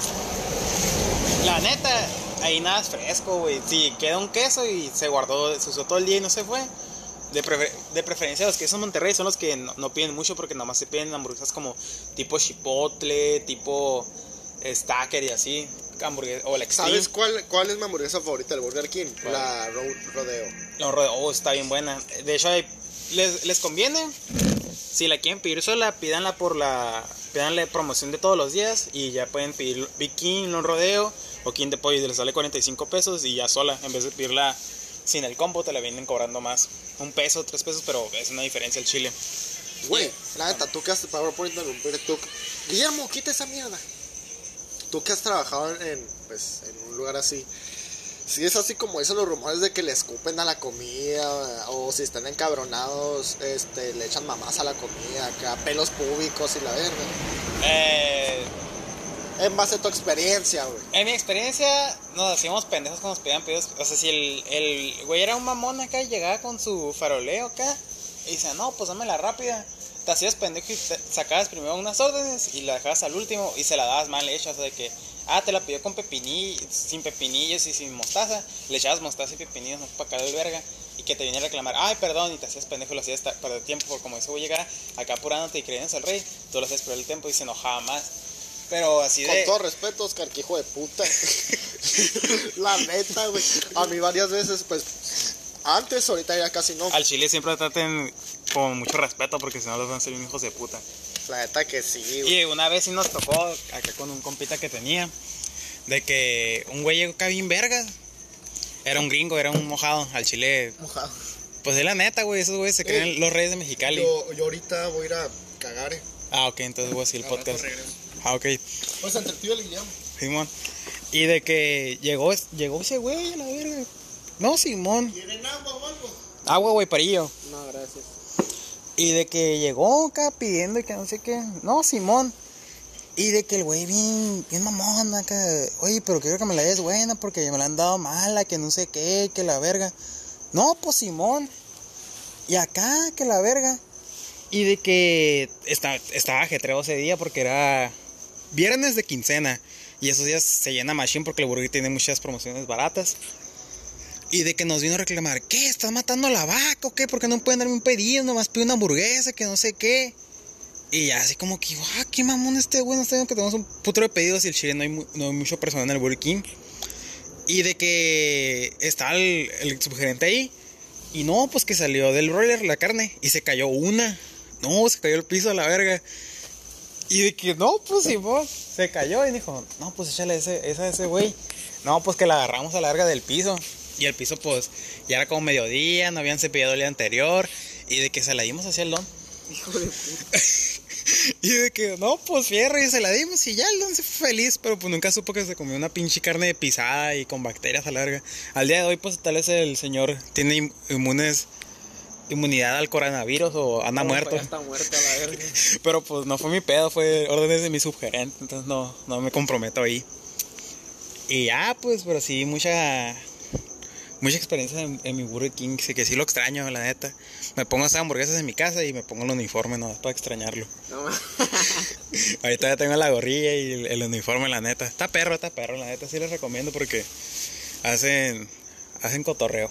La neta, ahí nada es fresco, güey. Si queda un queso y se usó todo el día y no se fue. De preferencia los quesos Monterrey son los que no piden mucho porque nomás se piden hamburguesas como tipo chipotle, tipo stacker y así. Hamburguesa, o la extreme. ¿Sabes cuál es mi hamburguesa favorita del Burger King? ¿Cuál? La Rodeo. No, Rodeo, está bien buena. De hecho, les conviene. Si la quieren pedir sola, pídanle promoción de todos los días. Y ya pueden pedir Big King, no Rodeo o King de pollo. Y les sale 45 pesos y ya sola. En vez de pedirla sin el combo, te la vienen cobrando más. 1 peso, 3 pesos, pero es una diferencia el chile. Güey, la neta, tú que has... por interrumpir, Guillermo, quita esa mierda. Tú que has trabajado en un lugar así, si es así como dicen los rumores de que le escupen a la comida, o si están encabronados, le echan mamás a la comida, acá pelos públicos y la verga. En base a tu experiencia, güey. En mi experiencia, nos hacíamos pendejos cuando nos pedían pedidos. O sea, si el güey era un mamón acá y llegaba con su faroleo acá y dice, no, pues dame la rápida. Te hacías pendejo y sacabas primero unas órdenes y la dejabas al último y se la dabas mal hecha. O sea, de que, te la pidió con sin pepinillos y sin mostaza. Le echabas mostaza y pepinillos, no para caer el verga. Y que te viniera a reclamar, ay, perdón, y te hacías pendejo y lo hacías perder tiempo. Porque como ese güey llegara acá apurándote y creyéndose al rey, tú lo hacías perder el tiempo y se enojaba más. Pero así Con todo respeto, Oscar, que hijo de puta. La neta, güey. A mí varias veces, pues, antes, ahorita ya casi no. Al chile siempre traten con mucho respeto porque si no los van a ser hijos de puta. La neta que sí, güey. Y una vez sí nos tocó acá con un compita que tenía, de que un güey llegó acá bien vergas. Era un gringo, era un mojado, al chile. Mojado. Pues es la neta, güey, esos güeyes se creen los reyes de Mexicali. Yo ahorita voy a ir a cagar, Ok, entonces voy a seguir el podcast. Ok. Pues entre tú y el Guillermo. Simón. Y de que llegó ese güey a la verga. No, Simón. ¿Tienen agua o algo? Agua, güey, parillo. No, gracias. Y de que llegó acá pidiendo y que no sé qué. No, Simón. Y de que el güey bien mamón acá. Oye, pero quiero que me la des buena porque me la han dado mala, que no sé qué, que la verga. No, pues Simón. Y acá, que la verga. Y de que estaba ajetreado ese día porque era viernes de quincena. Y esos días se llena machine porque el Burger tiene muchas promociones baratas. Y de que nos vino a reclamar, ¿qué? ¿Estás matando a la vaca o qué? ¿Por qué no pueden darme un pedido? Nomás pido una hamburguesa, que no sé qué. Y ya así como que, qué mamón este güey, no sé, que tenemos un putro de pedidos y el chile no hay mucho personal en el Burger King. Y de que estaba el subgerente ahí. Y no, pues que salió del roller la carne y se cayó una. No, se cayó el piso a la verga. Y de que no, pues sí, vos, se cayó y dijo, no, pues échale esa a ese güey. No, pues que la agarramos a la verga del piso. Y el piso pues ya era como mediodía, no habían cepillado el día anterior. Y de que se la dimos hacia el don. Hijo de puta. Y de que no, pues fierro, y se la dimos y ya el don se fue feliz. Pero pues nunca supo que se comió una pinche carne pisada y con bacterias a la verga. Al día de hoy pues tal vez el señor tiene inmunidad al coronavirus o anda muerto. Ya está muerto a la verga. Pero pues no fue mi pedo, fue órdenes de mi subgerente, entonces no me comprometo ahí. Y ya pues, pero sí, mucha experiencia en mi Burger King, sí que sí lo extraño, la neta. Me pongo a hacer hamburguesas en mi casa y me pongo el uniforme, no, para extrañarlo. No, Ahorita ya tengo la gorrilla y el uniforme, la neta. Está perro, la neta sí les recomiendo porque hacen cotorreo.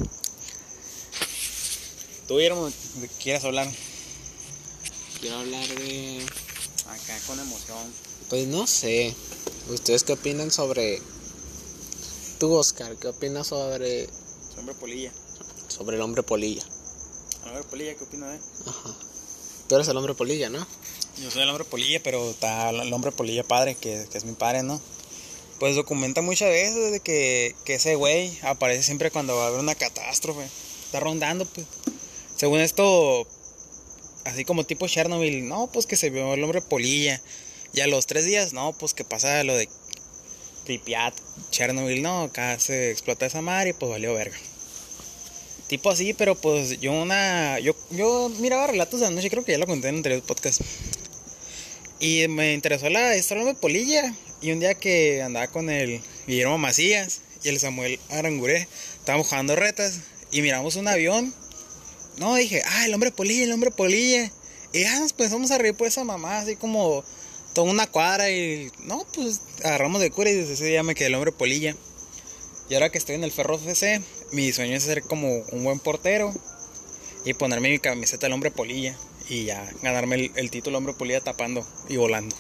¿Tú, Guillermo, de qué quieres hablar? quiero hablar de... Acá con emoción. Pues no sé. ¿Ustedes qué opinan sobre... Tú, Oscar, ¿qué opinas sobre... Hombre polilla. sobre el hombre polilla? A ver, polilla, ¿qué opinas de él? Ajá. Tú eres el hombre polilla, ¿no? Yo soy el hombre polilla, pero está el hombre polilla padre, que es mi padre, ¿no? Pues documenta muchas veces de que ese güey aparece siempre cuando va a haber una catástrofe. Está rondando, pues. Según esto, así como tipo Chernobyl, no, pues que se vio el hombre polilla. Y a los 3 días, no, pues que pasa lo de Pripyat, Chernobyl, no, acá se explota esa madre y pues valió verga. Tipo así, pero pues yo miraba relatos de la noche, creo que ya lo conté en el anterior podcast. Y me interesó la historia de polilla. Y un día que andaba con el Guillermo Macías y el Samuel Aranguré, estábamos jugando retas y miramos un avión. No, dije, el hombre polilla. Y ya nos pensamos a reír por esa mamá, así como toda una cuadra. Y no, pues agarramos de cura y desde ese día me quedé el hombre polilla. Y ahora que estoy en el Ferro FC, mi sueño es ser como un buen portero y ponerme mi camiseta del hombre polilla. Y ya ganarme el título hombre polilla tapando y volando.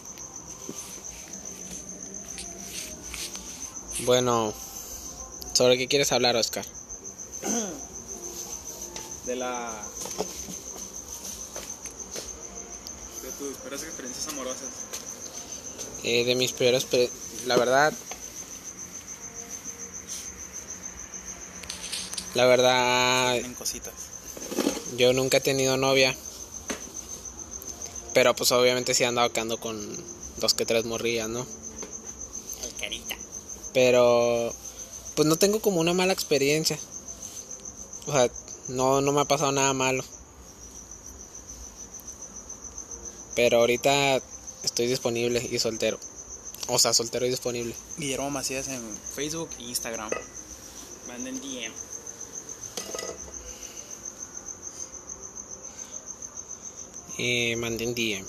Bueno, ¿sobre qué quieres hablar, Oscar? De tus peores experiencias amorosas. De mis peores... La verdad, En cositas. yo nunca he tenido novia. Pero pues obviamente sí he andado quedando con 2 que 3 morrillas, ¿no? Ay, carita. Pero pues no tengo como una mala experiencia. O sea, no me ha pasado nada malo. Pero ahorita estoy disponible y soltero. O sea, soltero y disponible. Guillermo Macías en Facebook e Instagram. Manden DM. Manden DM.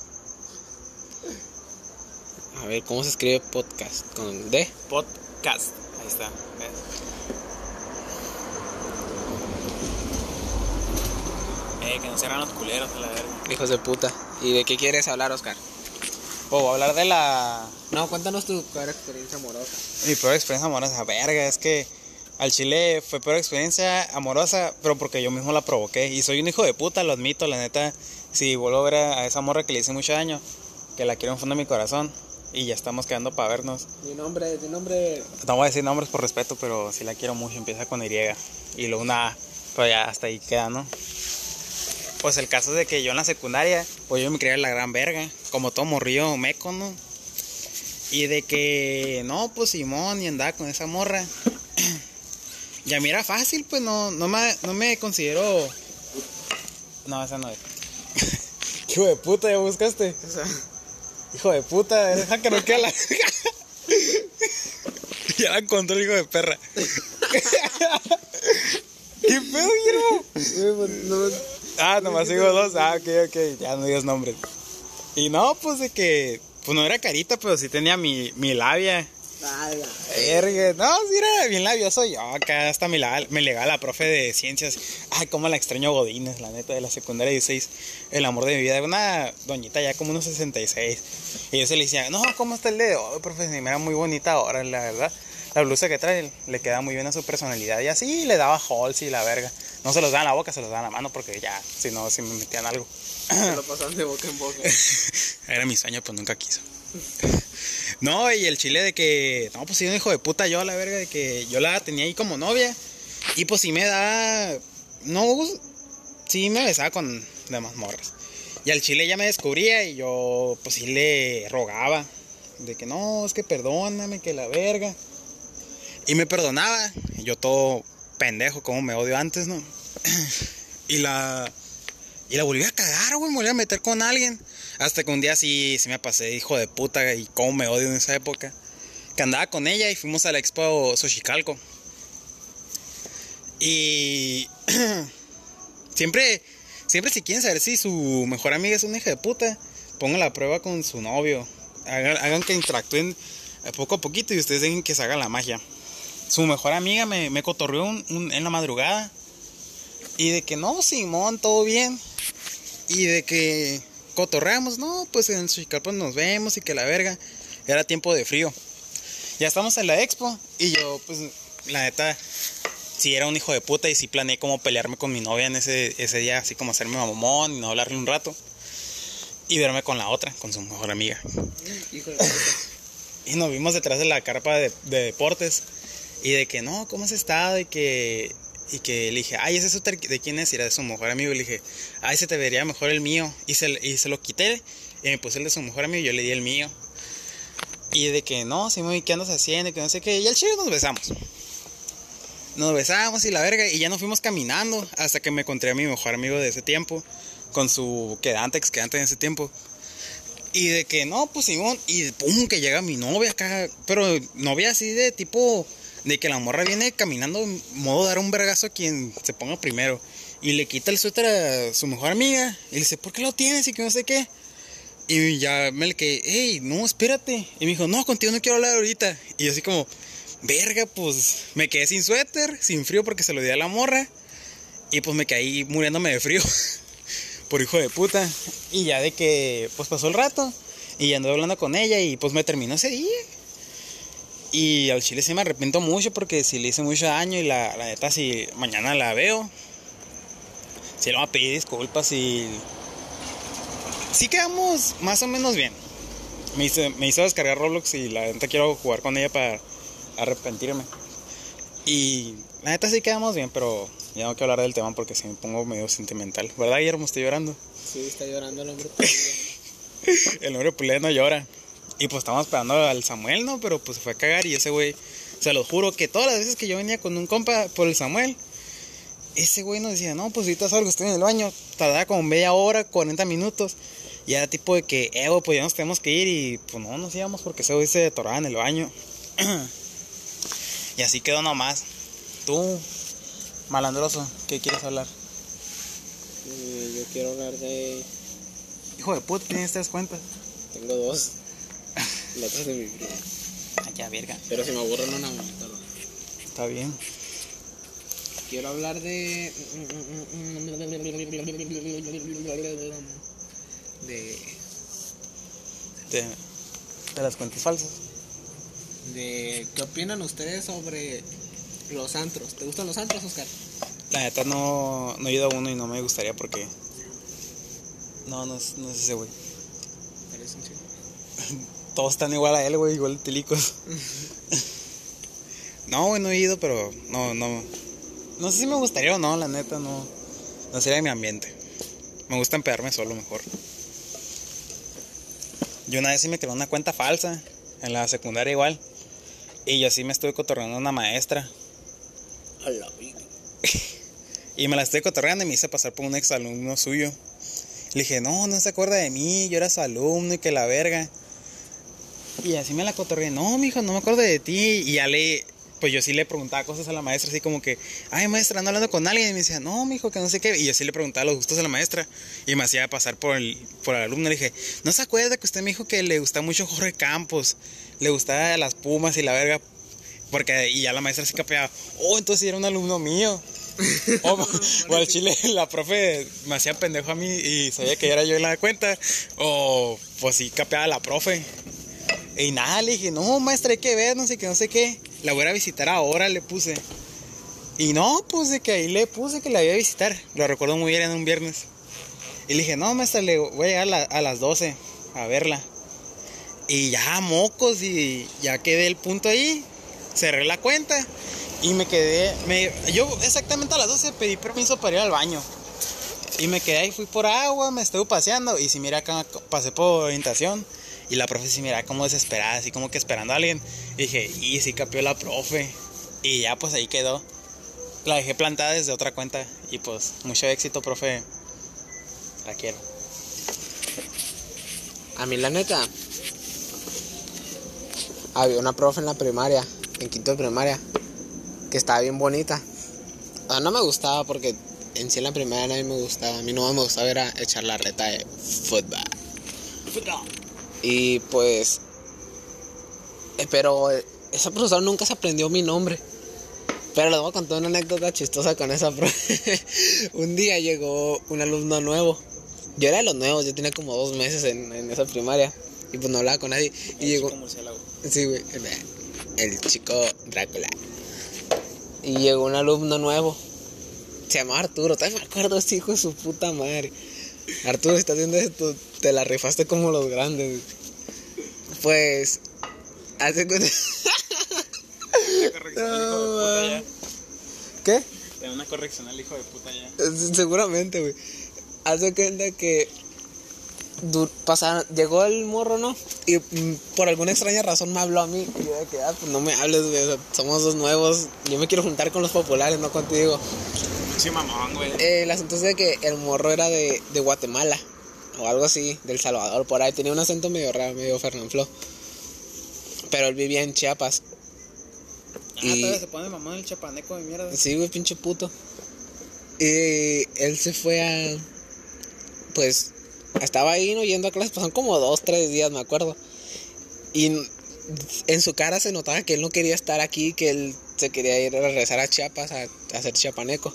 A ver, ¿cómo se escribe podcast? ¿Con D? Podcast. Ahí está. ¿Ves? Que no serán los culeros a la verga. Hijos de puta. ¿Y de qué quieres hablar, Oscar? O hablar de No, cuéntanos tu peor experiencia amorosa. mi peor experiencia amorosa. Verga, es que al chile fue peor experiencia amorosa, pero porque yo mismo la provoqué. Y soy un hijo de puta, lo admito, la neta. Si vuelvo a ver a esa morra que le hice mucho daño, que la quiero en fondo de mi corazón, y ya estamos quedando para vernos. Mi nombre... No voy a decir nombres por respeto, pero sí la quiero mucho. Empieza con Y y luego una A, pero ya hasta ahí queda, ¿no? Pues el caso es de que yo en la secundaria, pues yo me creía la gran verga, como todo morrillo meco, ¿no? Y de que, no, pues Simón, y andaba con esa morra. Y a mí era fácil, pues no me considero... No, esa no es. Hijo de puta, ¿ya buscaste? Hijo de puta, deja que no quede la... Ya la encontró el hijo de perra. ¿Qué pedo, Guillermo? Nomás sigo 2. Ok, ya no digas nombres. Y no, pues de que... Pues no era carita, pero sí tenía mi labia. Verga, no, sí era bien labioso yo. Acá hasta me legaba la profe de ciencias. Ay, cómo la extraño Godínez, la neta, de la secundaria 16. El amor de mi vida. Una doñita ya como unos 66. Y yo se le decía, no, ¿cómo está el dedo? Oh, profe, me era muy bonita ahora, la verdad. La blusa que trae le queda muy bien a su personalidad. Y así le daba halls y la verga. No se los daba en la boca, se los daba en la mano porque ya, si no, si me metían algo. Se lo pasaban de boca en boca. Era mi sueño, pues nunca quiso. No, y el chile de que, no, pues sí, un hijo de puta yo, la verga, de que yo la tenía ahí como novia. Y pues sí me da, no, sí me besaba con demás morras. Y al chile ya me descubría y yo, pues sí le rogaba. De que no, es que perdóname, que la verga. Y me perdonaba. Y yo todo pendejo, como me odio antes, ¿no? Y la volví a cagar, güey, me volví a meter con alguien. Hasta que un día sí me pasé, hijo de puta, y cómo me odio en esa época. Que andaba con ella y fuimos a la expo Xochicalco. Y siempre si quieren saber si su mejor amiga es una hija de puta, pongan la prueba con su novio. Hagan que interactúen poco a poquito y ustedes dejen que se haga la magia. Su mejor amiga me cotorreó en la madrugada. Y de que no, Simón, todo bien. Y de que cotorreamos, no, pues en Xochicalco nos vemos y que la verga. Era tiempo de frío. Ya estamos en la expo. Y yo, pues, la neta, sí era un hijo de puta. Y sí planeé como pelearme con mi novia en ese día. Así como hacerme mamón y no hablarle un rato. Y verme con la otra, con su mejor amiga. Hijo de puta. Y nos vimos detrás de la carpa de deportes. Y de que no, ¿cómo has estado? Y que le dije, ay, ¿ese es de quién es? Y era de su mejor amigo. Y le dije, ay, se te vería mejor el mío. Y se lo quité. Y me puse el de su mejor amigo y yo le di el mío. Y de que no, sí, ¿qué andas haciendo? Y que no sé qué. Y al chile nos besamos. Nos besamos y la verga. Y ya nos fuimos caminando hasta que me encontré a mi mejor amigo de ese tiempo. Con su ex quedante en ese tiempo. Y de que no, pues Simón. Y pum, que llega mi novia acá. Pero novia así de tipo, de que la morra viene caminando en modo dar un vergazo a quien se ponga primero. Y le quita el suéter a su mejor amiga. Y le dice, ¿por qué lo tienes? Y que no sé qué. Y ya me le quedé, hey, no, espérate. Y me dijo, no, contigo no quiero hablar ahorita. Y yo así como, verga, pues me quedé sin suéter, sin frío porque se lo di a la morra. Y pues me caí muriéndome de frío. Por hijo de puta. Y ya de que pues pasó el rato. Y anduve hablando con ella y pues me terminó ese día. Y al chile sí me arrepiento mucho porque si le hice mucho daño. Y la neta, si mañana la veo, sí le voy a pedir disculpas. Y sí quedamos más o menos bien. Me hizo descargar Roblox y la neta quiero jugar con ella para arrepentirme. Y la neta sí quedamos bien, pero ya no quiero hablar del tema porque si me pongo medio sentimental. ¿Verdad, Guillermo? Estoy llorando. Sí, está llorando el hombre pulido. El hombre pulido no llora. Y pues estábamos esperando al Samuel, ¿no? Pero pues se fue a cagar y ese güey, se los juro que todas las veces que yo venía con un compa por el Samuel, ese güey nos decía, no, pues ahorita salgo, estoy en el baño. Tardaba como media hora, 40 minutos. Y era tipo de que, güey, pues ya nos tenemos que ir. Y pues no nos íbamos porque ese güey se atoraba en el baño. Y así quedó nomás. Tú, malandroso, ¿qué quieres hablar? Yo quiero hablar de... Hijo de puta, ¿tienes 3 cuentas? Tengo 2. La otra es de mi primo. Ay, ya, verga. Pero si me aburro no la monto. Está bien. Quiero hablar de las cuentas falsas. de ¿qué opinan ustedes sobre los antros? ¿Te gustan los antros, Oscar? La neta no he ido a uno y no me gustaría porque... No es ese güey. Parece un chico. Todos están igual a él, güey, igual de tilicos. No, güey, no he ido, pero no sé si me gustaría o no, la neta, no sería mi ambiente. Me gusta empedarme solo mejor. Yo una vez sí me creé una cuenta falsa, en la secundaria igual. Y yo sí me estuve cotorreando a una maestra. A la vida. Y me la estoy cotorreando y me hice pasar por un ex alumno suyo. Le dije, no se acuerda de mí, yo era su alumno y que la verga. Y así me la cotorreé, no, mijo, no me acuerdo de ti. Y ya le pues yo sí le preguntaba cosas a la maestra, así como que, ay, maestra, ando hablando con alguien. Y me decía, no, mijo, que no sé qué. Y yo sí le preguntaba los gustos a la maestra. Y me hacía pasar por el alumno. Le dije, ¿no se acuerda que usted me dijo que le gusta mucho Jorge Campos? Le gustaba las Pumas y la verga. Porque, y ya la maestra se capeaba, oh, entonces era un alumno mío. O al chile, la profe me hacía pendejo a mí y sabía que era yo en la cuenta. O, pues sí, capeaba a la profe. Y nada, le dije, no, maestra, hay que ver, no sé qué, no sé qué. La voy a visitar ahora, le puse. Y no, pues de que ahí le puse que la iba a visitar. Lo recuerdo muy bien, en un viernes. Y le dije, no, maestra, le voy a llegar a las 12 a verla. Y ya, mocos, y ya quedé el punto ahí. Cerré la cuenta. Y me quedé, yo exactamente a las 12 pedí permiso para ir al baño. Y me quedé ahí, fui por agua, me estuve paseando. Y si mira, acá pasé por orientación. Y la profe sí mira como desesperada, así como que esperando a alguien. Y dije, y sí capió la profe. Y ya pues ahí quedó. La dejé plantada desde otra cuenta. Y pues mucho éxito, profe. La quiero. A mí la neta, había una profe en la primaria, en quinto de primaria, que estaba bien bonita. O sea, no me gustaba porque en sí en la primaria nadie me gustaba. A mí no me gustaba era echar la reta de fútbol. Y pues, pero esa profesora nunca se aprendió mi nombre. Pero les voy a contar una anécdota chistosa con esa profe. Un día llegó un alumno nuevo. Yo era de los nuevos, yo tenía como 2 meses en esa primaria. Y pues no hablaba con nadie. Y llegó. Sí, güey. El chico Drácula. Y llegó un alumno nuevo. Se llamaba Arturo. Todavía me acuerdo, ese hijo de su puta madre. Arturo, si estás viendo esto, te la rifaste como los grandes. Pues, hace cuenta. No, ¿qué? Era una corrección al hijo de puta ya. Seguramente, güey. Hace cuenta que llegó el morro, ¿no? Y por alguna extraña razón me habló a mí. Y yo de que, pues no me hables, güey. O sea, somos 2 nuevos. Yo me quiero juntar con los populares, no contigo. Sí, mamón, güey. El asunto es de que el morro era de Guatemala. O algo así, del Salvador, por ahí. Tenía un acento medio raro, medio Fernanfloo. Pero él vivía en Chiapas. Todavía se pone mamón el chapaneco de mierda. Sí, güey, pinche puto. Y él se fue a... Pues, estaba ahí, ¿no? Yendo a clases. Pasaron como 2, 3 días, me acuerdo. Y en su cara se notaba que él no quería estar aquí, que él se quería ir a regresar a Chiapas a hacer chapaneco.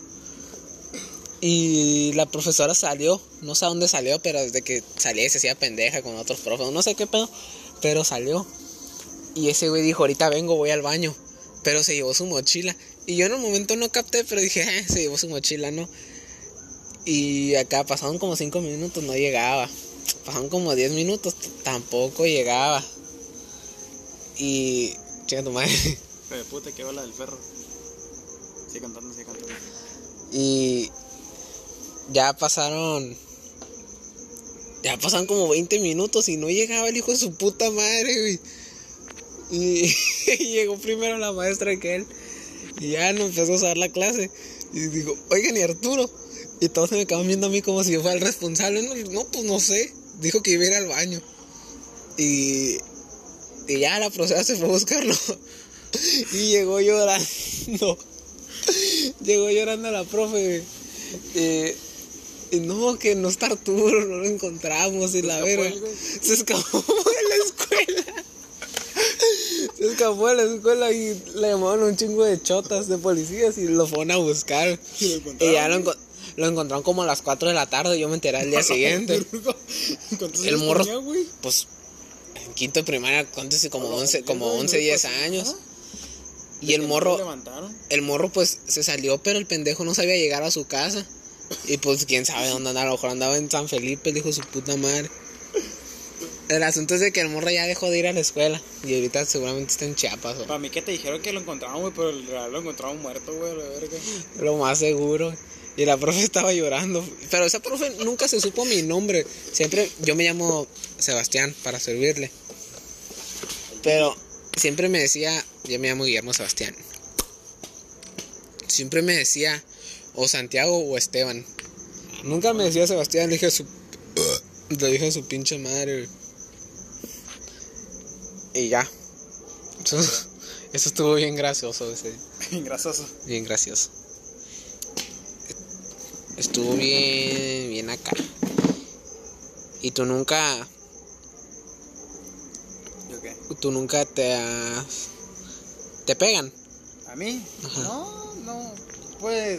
Y la profesora salió, no sé a dónde salió, pero desde que salía se hacía pendeja con otros profes, no sé qué pedo, pero salió. Y ese güey dijo, ahorita vengo, voy al baño, pero se llevó su mochila. Y yo en un momento no capté, pero dije, se llevó su mochila, ¿no? Y acá pasaron como 5 minutos, no llegaba. Pasaron como 10 minutos, tampoco llegaba. Y... chinga tu madre. Pero de puta, qué bola del perro. Sigue cantando. Y... Ya pasaron como 20 minutos y no llegaba el hijo de su puta madre, güey. Y llegó primero la maestra que él. Y ya no empezó a usar la clase. Y digo, oigan, ¿y Arturo? Y todos se me acaban viendo a mí como si yo fuera el responsable. No, pues no sé. Dijo que iba a ir al baño. Y ya la profesora se fue a buscarlo. Y llegó llorando. Llegó llorando la profe, güey. Y no, que no está Arturo, no lo encontramos. Y la verga. Se escapó de la escuela. Se escapó de la escuela y le llamaron un chingo de chotas de policías y lo fueron a buscar. Y ya lo encontraron como a las 4 de la tarde. Yo me enteré al día siguiente. El morro, pues, en quinto de primaria, ¿cuántos? Como 11, 10 años. Y el morro pues se salió, pero el pendejo no sabía llegar a su casa. Y pues quién sabe dónde andaba, a lo mejor andaba en San Felipe, dijo su puta madre. El asunto es de que el morro ya dejó de ir a la escuela. Y ahorita seguramente está en Chiapas, ¿o? Para mí que te dijeron que lo encontraron, güey, pero en realidad lo encontraron muerto, güey, la verga. Lo más seguro. Y la profe estaba llorando. Pero esa profe nunca se supo mi nombre. Siempre, yo me llamo Sebastián para servirle. Pero siempre me decía, yo me llamo Guillermo Sebastián. Siempre me decía o Santiago o Esteban. Nunca me decía Sebastián, le dije a su pinche madre. Y ya. Eso estuvo bien gracioso ese. Bien grasoso. Bien gracioso. Estuvo bien acá. Y tú nunca ¿Yo qué? te pegan. ¿A mí? Ajá. No, pues...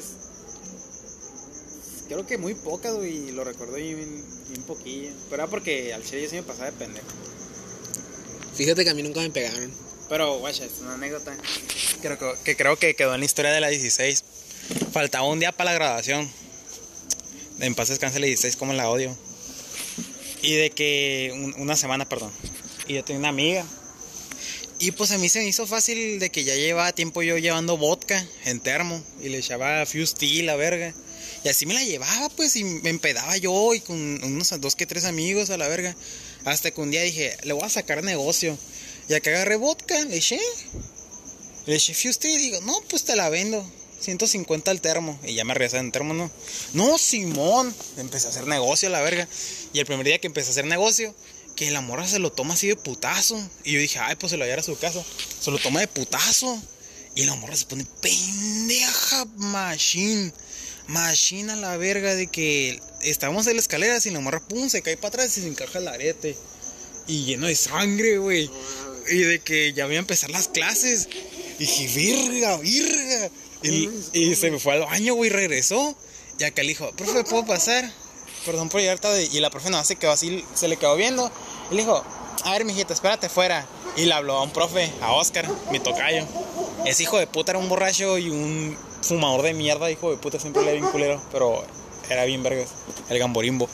Creo que muy poca, güey, y lo recuerdo bien poquillo. Pero era porque al chile yo sí me pasaba de pendejo. Fíjate que a mí nunca me pegaron. Pero, guacha, es una anécdota creo que quedó en la historia de la 16. Faltaba un día para la graduación. En paz descanse la 16, como la odio. Y de que... una semana, perdón. Y yo tenía una amiga. Y pues a mí se me hizo fácil de que ya llevaba tiempo yo llevando vodka en termo. Y le echaba Fuse Tea, la verga. Y así me la llevaba, pues, y me empedaba yo y con unos 2 que 3 amigos a la verga. Hasta que un día dije, le voy a sacar negocio. Y acá agarré vodka, le eché Fuse Tea y digo, no, pues te la vendo. 150 al termo. Y ya me regresé en termo, ¿no? No, Simón. Empecé a hacer negocio a la verga. Y el primer día que empecé a hacer negocio, que la morra se lo toma así de putazo. Y yo dije, ay, pues se lo llevará a su casa. Se lo toma de putazo. Y la morra se pone pendeja, machine a la verga, de que estábamos en la escalera y la morra, pum, se cae para atrás y se encaja el arete. Y lleno de sangre, güey. Y de que ya voy a empezar las clases. Y dije, virga. Y se me fue al baño, güey, regresó. Y acá le dijo, profe, ¿puedo pasar? Perdón por llegar tarde. Y la profe no se quedó así, se le quedó viendo. Y le dijo, a ver, mijita, espérate fuera. Y le habló a un profe, a Oscar, mi tocayo. Ese hijo de puta era un borracho y un fumador de mierda, hijo de puta, siempre le era bien culero. Pero era bien vergas, el gamborimbo.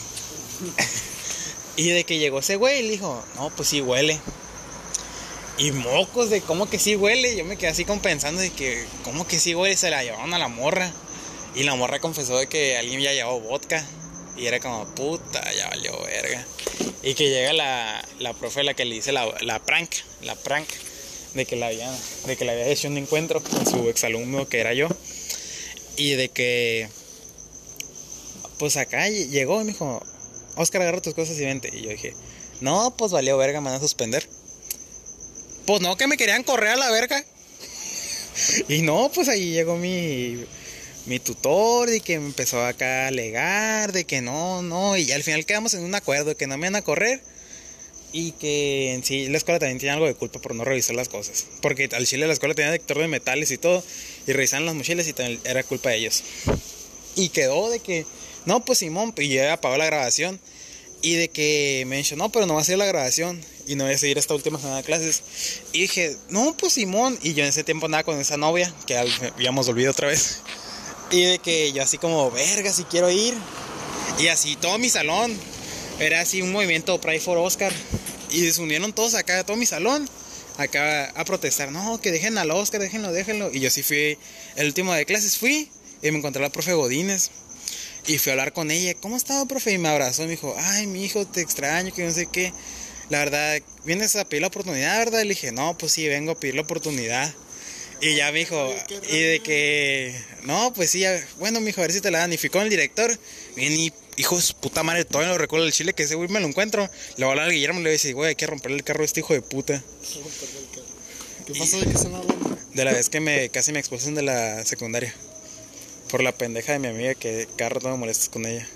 Y de que llegó ese güey, le dijo, no, pues sí huele. Y mocos de cómo que sí huele. Yo me quedé así pensando de que cómo que sí huele. Se la llevaron a la morra. Y la morra confesó de que alguien ya llevó vodka. Y era como, puta, ya valió verga. Y que llega la profe, la que le dice la prank. De que le había hecho un encuentro con su exalumno, que era yo. Y de que pues acá llegó y me dijo, Oscar, agarra tus cosas y vente. Y yo dije, no, pues valió verga, me van a suspender. Pues no, que me querían correr a la verga. Y no, pues ahí llegó mi tutor y que me empezó acá a alegar de que no. Y al final quedamos en un acuerdo de que no me iban a correr. Y que en sí la escuela también tiene algo de culpa por no revisar las cosas. Porque al chile la escuela tenía detector de metales y todo. Y revisaban las mochilas y también era culpa de ellos. Y quedó de que, no, pues Simón, y ya apagó la grabación. Y de que me dijo, no, pero no va a ser la grabación. Y no voy a seguir esta última semana de clases. Y dije, no, pues Simón. Y yo en ese tiempo andaba con esa novia, que habíamos olvidado otra vez. Y de que yo así como, verga, si quiero ir. Y así todo mi salón. Era así un movimiento Pray for Oscar. Y se unieron todos acá, todo mi salón, acá a protestar. No, que dejen al Oscar, déjenlo. Y yo sí fui, el último de clases fui. Y me encontré a la profe Godínez. Y fui a hablar con ella. ¿Cómo ha estado, profe? Y me abrazó y me dijo, ay, mi hijo, te extraño, que no sé qué. La verdad, ¿vienes a pedir la oportunidad, verdad? Y le dije, no, pues sí, vengo a pedir la oportunidad. Y ya me dijo, y de que, no, pues sí, bueno, mijo, a ver si te la dan. Y fui con el director, bien, y hijo de su puta madre, todavía no recuerdo el chile, que ese güey me lo encuentro. Le voy a hablar a Guillermo y le voy a decir, güey, hay que romperle el carro a este hijo de puta. ¿Qué pasó? ¿De qué están hablando? De la vez que casi me expulsan de la secundaria. Por la pendeja de mi amiga, que cada rato me molestas con ella.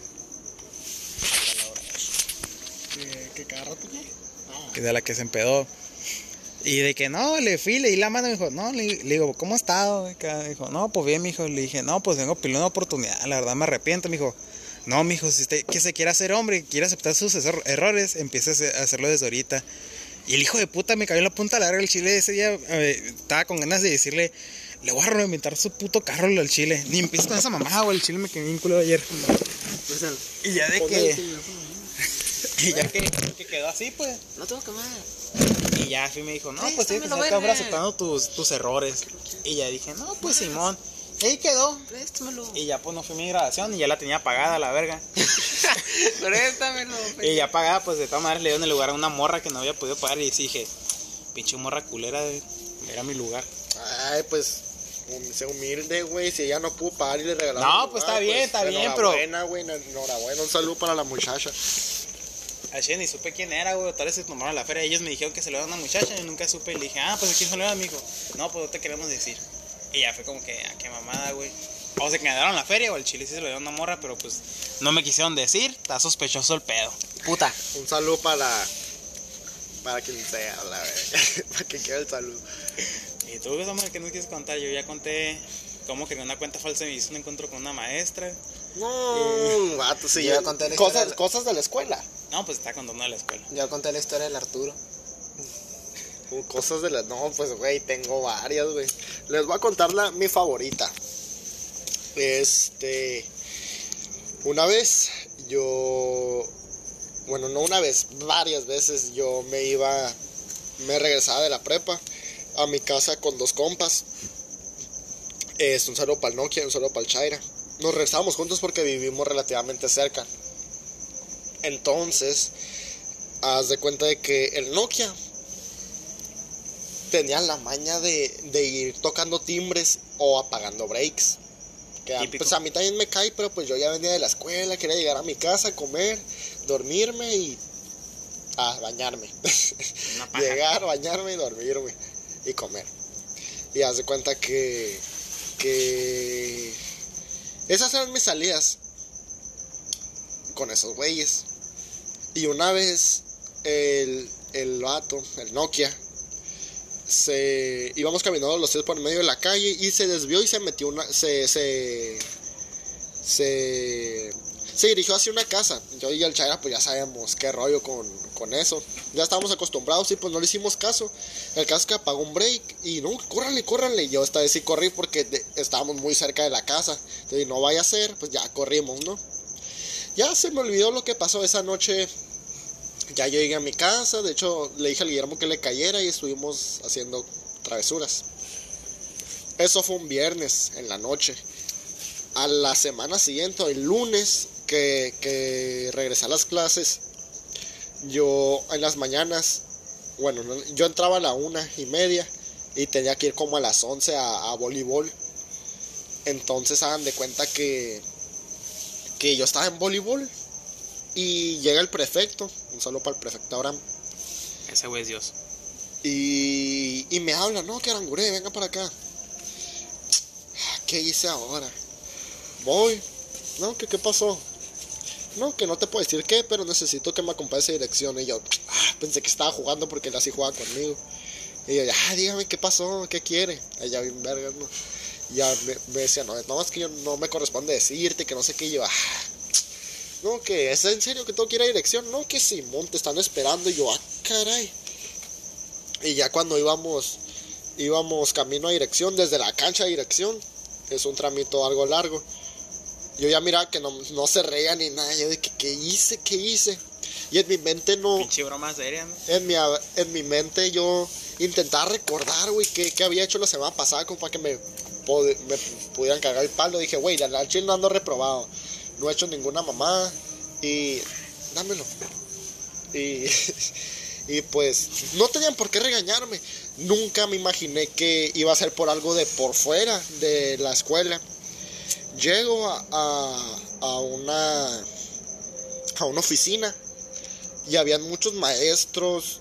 ¿Qué cada rato qué? Que de la que se empedó. Y de que no, le di la mano, me dijo, no, le digo, ¿cómo ha estado? Me dijo, no, pues bien, mijo. Le dije, no, pues vengo a pedir una oportunidad, la verdad me arrepiento, me dijo. No, mijo, si usted que se quiere hacer hombre, quiere aceptar sus errores, empiece a hacerlo desde ahorita. Y el hijo de puta me cayó en la punta larga el chile ese día. Estaba con ganas de decirle, le voy a reventar su puto carro al chile. Ni empiezo con esa mamada, güey, el chile me quedó bien culo ayer. Y ya de que... Y ya que quedó así, pues. No tengo que más. Y ya fui y me dijo, no, pues tienes que estar aceptando tus errores. Y ya dije, no, pues Simón. Y ahí quedó. Préstamelo. Y ya pues no fui a mi grabación y ya la tenía apagada la verga. Préstamelo. Y ya apagada, pues de todas maneras le dio en el lugar a una morra que no había podido pagar. Y dije, pinche morra culera, era mi lugar. Ay, pues, sea humilde, güey. Si ella no pudo pagar y le regalaron. No, pues está bien, pero. Enhorabuena, güey. Enhorabuena. Un saludo para la muchacha. Ayer ni supe quién era, güey. Tal vez se tomaron a la feria. Ellos me dijeron que se lo dieron a una muchacha y nunca supe. Y le dije, pues ¿a quién se lo dieron, amigo? No, pues no te queremos decir. Y ya fue como que, qué mamada, güey. O se quedaron la feria o el chile sí se lo dieron a una morra, pero pues no me quisieron decir. Está sospechoso el pedo. Puta. Un saludo para quien sea, la verdad. Para quien quiera el saludo. ¿Y tú, Samuel, qué nos quieres contar? Yo ya conté cómo que con una cuenta falsa me hizo un encuentro con una maestra. No, vato, sí. Yo conté la historia Cosas de la escuela. No, pues está contando de la escuela. Yo conté la historia del Arturo. Cosas de la... No, pues, güey, tengo varias, güey. Les voy a contar mi favorita. Una vez, yo... Bueno, no una vez, varias veces yo me regresaba de la prepa a mi casa con 2 compas. Un saludo para el Nokia, un saludo para el Chaira. Nos regresábamos juntos porque vivimos relativamente cerca. Entonces, haz de cuenta de que el Nokia tenía la maña de ir tocando timbres o apagando breaks. Que pues a mí también me cae, pero pues yo ya venía de la escuela, quería llegar a mi casa, comer, dormirme y bañarme. Llegar, bañarme y dormirme y comer. Y haz de cuenta que esas eran mis salidas con esos güeyes. Y una vez el vato, el Nokia, íbamos caminando los 3 por el medio de la calle y se desvió y se metió se dirigió hacia una casa. Yo y el Chaira pues ya sabemos qué rollo con eso. Ya estábamos acostumbrados y pues no le hicimos caso. El caso es que apagó un break y no, córranle. Yo esta vez sí corrí porque estábamos muy cerca de la casa. Entonces no vaya a ser, pues ya corrimos, ¿no? Ya se me olvidó lo que pasó esa noche. Ya yo llegué a mi casa, de hecho le dije a Guillermo que le cayera y estuvimos haciendo travesuras. Eso fue un viernes en la noche. A la semana siguiente, el lunes que regresé a las clases, yo en las mañanas, bueno, yo entraba a la 1:30 y tenía que ir como a las 11 a voleibol. Entonces hagan de cuenta que yo estaba en voleibol y llega el prefecto, un saludo para el prefecto Abraham. Ese güey es Dios. Y me habla, no, que Arangure, venga para acá. ¿Qué hice ahora? Voy. No, ¿qué pasó? No, que no te puedo decir qué, pero necesito que me acompañes a dirección. Y yo, pensé que estaba jugando porque él así jugaba conmigo. Y yo, dígame qué pasó, qué quiere. Ella bien verga, ¿no? Y ya me decía, no, es que yo no me corresponde decirte, que no sé qué. Y yo, no, que es en serio que tengo que ir a dirección. No, que Simón, te están esperando. Y yo, caray. Y ya cuando íbamos camino a dirección, desde la cancha a dirección, es un tramito algo largo. Yo ya miraba que no se reía ni nada. Yo de ¿qué hice? Y en mi mente no... Pinche broma seria, ¿no? En mi mente yo intentaba recordar, güey, qué había hecho la semana pasada como para que me pudieran cagar el palo. Dije, güey, al chile no ando reprobado. No he hecho ninguna mamada. Y... dámelo. Y pues no tenían por qué regañarme. Nunca me imaginé que iba a ser por algo de por fuera de la escuela. Llego a una oficina y habían muchos maestros.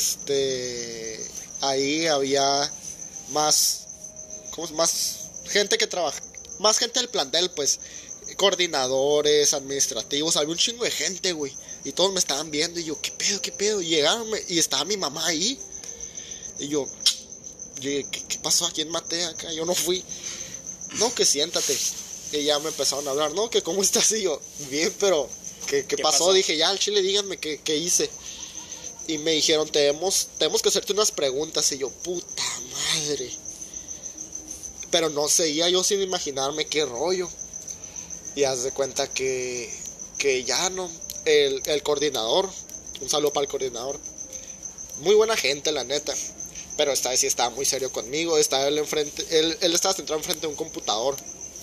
Ahí había más gente que trabaja, más gente del plantel, pues, coordinadores, administrativos, había un chingo de gente, güey. Y todos me estaban viendo y yo, ¿qué pedo? Y llegaron y estaba mi mamá ahí. Y yo ¿qué pasó? ¿A quién maté acá? Yo no fui. No, que siéntate. Y ya me empezaron a hablar, no, que cómo estás. Y yo, bien, pero ¿qué pasó? Dije, ya al chile díganme qué hice. Y me dijeron, tenemos que hacerte unas preguntas. Y yo, puta madre. Pero no seguía yo sin imaginarme qué rollo. Y haz de cuenta que ya no. El coordinador, un saludo para el coordinador. Muy buena gente, la neta. Pero esta vez sí estaba muy serio conmigo. Estaba él enfrente, él estaba sentado enfrente de un computador.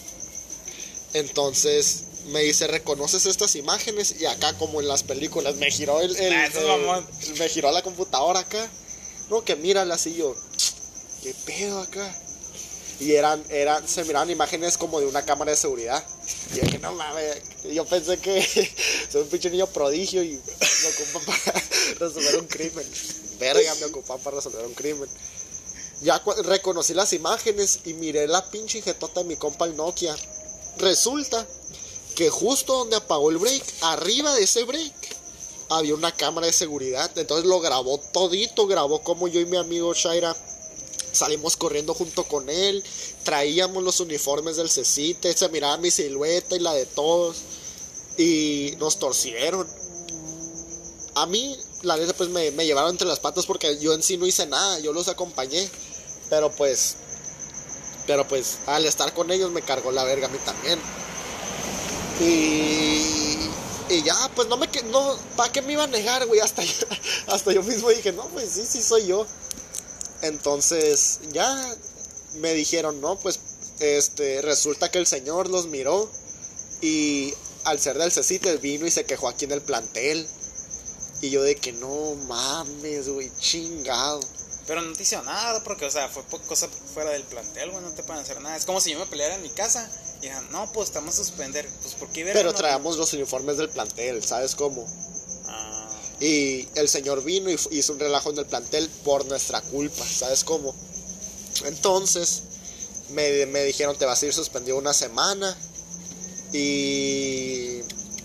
Entonces me dice, ¿reconoces estas imágenes? Y acá como en las películas me giró me giró la computadora acá. No, que míralas. Y yo, ¿qué pedo acá? Y se miraban imágenes como de una cámara de seguridad. Y yo dije, no mames, yo pensé que soy un pinche niño prodigio y me ocupan para resolver un crimen. Verga, me ocupan para resolver un crimen. Ya reconocí las imágenes y miré la pinche jetota de mi compa el Nokia. Resulta que justo donde apagó el break, arriba de ese break, había una cámara de seguridad. Entonces lo grabó todito, grabó como yo y mi amigo Shaira salimos corriendo junto con él. Traíamos los uniformes del CECITE, se miraba mi silueta y la de todos. Y nos torcieron. A mí, la neta, pues me llevaron entre las patas porque yo en sí no hice nada, yo los acompañé. Pero pues al estar con ellos me cargó la verga a mí también. Y ya, pues no, ¿para qué me iba a negar, güey? Hasta yo mismo dije, no, pues sí soy yo. Entonces ya me dijeron, no, pues resulta que el señor los miró y al ser del CECITE vino y se quejó aquí en el plantel. Y yo de que no mames, güey, chingado. Pero no te hizo nada, porque, o sea, fue cosa fuera del plantel, güey, no te pueden hacer nada. Es como si yo me peleara en mi casa y dijeran, no, pues te vamos a suspender. Pues, ¿por qué? Pero traíamos los uniformes del plantel, ¿sabes cómo? Y el señor vino y hizo un relajo en el plantel por nuestra culpa, ¿sabes cómo? Entonces me dijeron, te vas a ir suspendido una semana. Y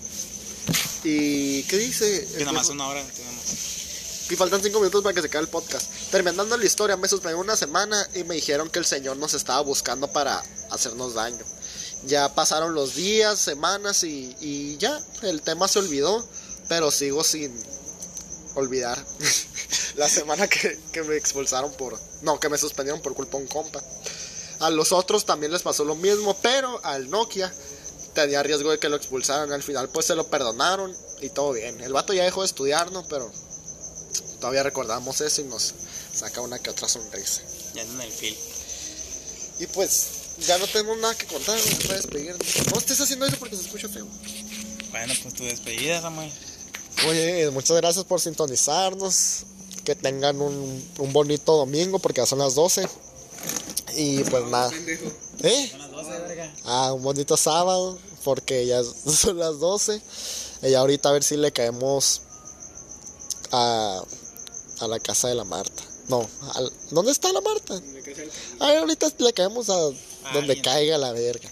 ¿qué dice? Que nada más una hora tenemos. Y faltan 5 minutos para que se acabe el podcast. Terminando la historia, me suspendieron una semana y me dijeron que el señor nos estaba buscando para hacernos daño. Ya pasaron los días, semanas y ya, el tema se olvidó. Pero sigo sin olvidar la semana que me expulsaron que me suspendieron por culpa de un compa. A los otros también les pasó lo mismo, pero al Nokia tenía riesgo de que lo expulsaran. Al final pues se lo perdonaron y todo bien. El vato ya dejó de estudiar, ¿no? Pero todavía recordamos eso y nos saca una que otra sonrisa. Ya en el fil. Y pues ya no tenemos nada que contar, no se puede despedir. No estés haciendo eso porque se escucha feo. Bueno, pues tu despedida, Samuel. Oye, muchas gracias por sintonizarnos. Que tengan un bonito domingo porque ya son las 12. Y pues nada. Son las 12, verga. Un bonito sábado porque ya son las 12. Y ahorita a ver si le caemos a la casa de la Marta. No, ¿dónde está la Marta? Ahorita le caemos a donde caiga la verga.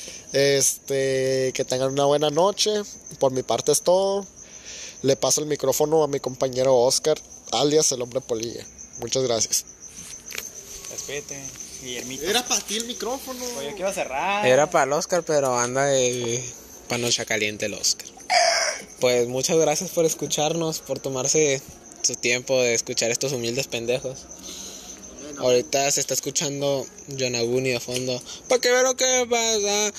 Que tengan una buena noche. Por mi parte es todo. Le paso el micrófono a mi compañero Oscar, alias el hombre polilla. Muchas gracias. Despídete, Guillermito. Era para ti el micrófono. Oye, que iba a cerrar. Era para el Oscar, pero anda de panocha caliente el Oscar. Pues muchas gracias por escucharnos, por tomarse su tiempo de escuchar estos humildes pendejos. Ahorita se está escuchando Yonaguni de fondo. ¿Para qué ver lo que pasa?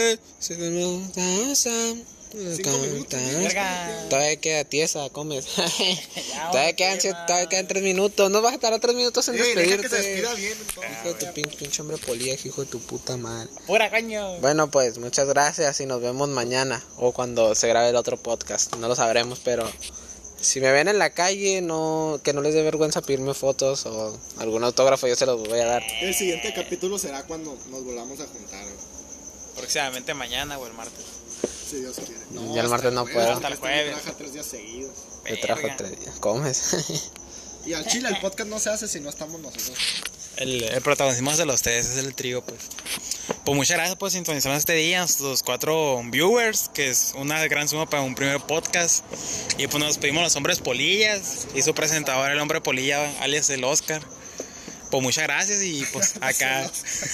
Todavía queda tiesa, comes. Todavía quedan 3 minutos. No vas a estar 3 minutos en despedirte. Que se despida bien, hijo de tu pinche hombre polilla, hijo de tu puta madre. Pura caño. Bueno, pues muchas gracias y nos vemos mañana o cuando se grabe el otro podcast. No lo sabremos, pero si me ven en la calle, que no les dé vergüenza pedirme fotos o algún autógrafo, yo se los voy a dar. El siguiente capítulo será cuando nos volvamos a juntar. Próximamente mañana o el martes. Si Dios quiere. Ya el martes no puedo. Hasta el jueves. Trabaja 3 días seguidos. Yo trabajo 3 días. ¿Comes? Y al chile el podcast no se hace si no estamos nosotros. El protagonismo es de los tres, es el trío, pues. Pues muchas gracias por sintonizarnos este día, nuestros 4 viewers, que es una gran suma para un primer podcast. Y pues nos despedimos los hombres polillas y su presentador, el hombre polilla, alias el Oscar. Pues muchas gracias y pues acá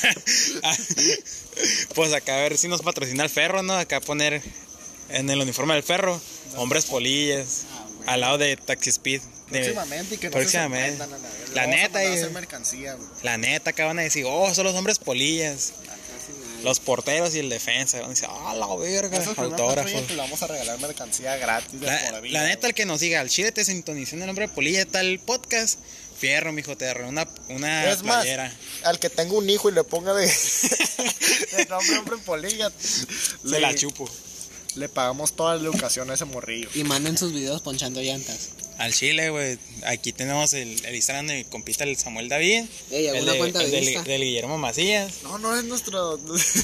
pues acá a ver si nos patrocina el Ferro, ¿no? Acá poner en el uniforme del Ferro hombres polillas al lado de Taxi Speed. Próximamente y que no próximamente. se sorprendan, la neta, a hacer mercancía, güey. La neta, acá van a decir, son los hombres polillas. Los porteros y el defensa van a decir, la verga, autógrafos. Le vamos a regalar mercancía gratis de por vida. La neta, el que nos diga, al chile te sintonizó en el hombre polilla tal podcast, fierro, mijo, te agarré una es playera. Más, al que tenga un hijo y le ponga de nombre hombre polilla, se la chupo. Le pagamos toda la educación a ese morrillo. Y manden sus videos ponchando llantas. Al Chile, güey. Aquí tenemos el Instagram de mi compita, el Samuel David. Ey, ¿alguna cuenta de Insta? Del Guillermo Macías. No es nuestro.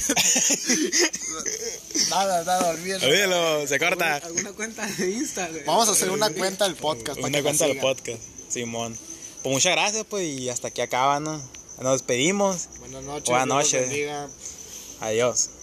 Nada, olvídalo. Olvídalo, se corta. ¿Alguna cuenta de Insta, güey? Vamos a hacer una cuenta del podcast. Una cuenta del podcast, Simón. Pues muchas gracias, pues, y hasta aquí acaba, ¿no? Nos despedimos. Buenas noches. Buenas Dios los noches. bendiga. Adiós.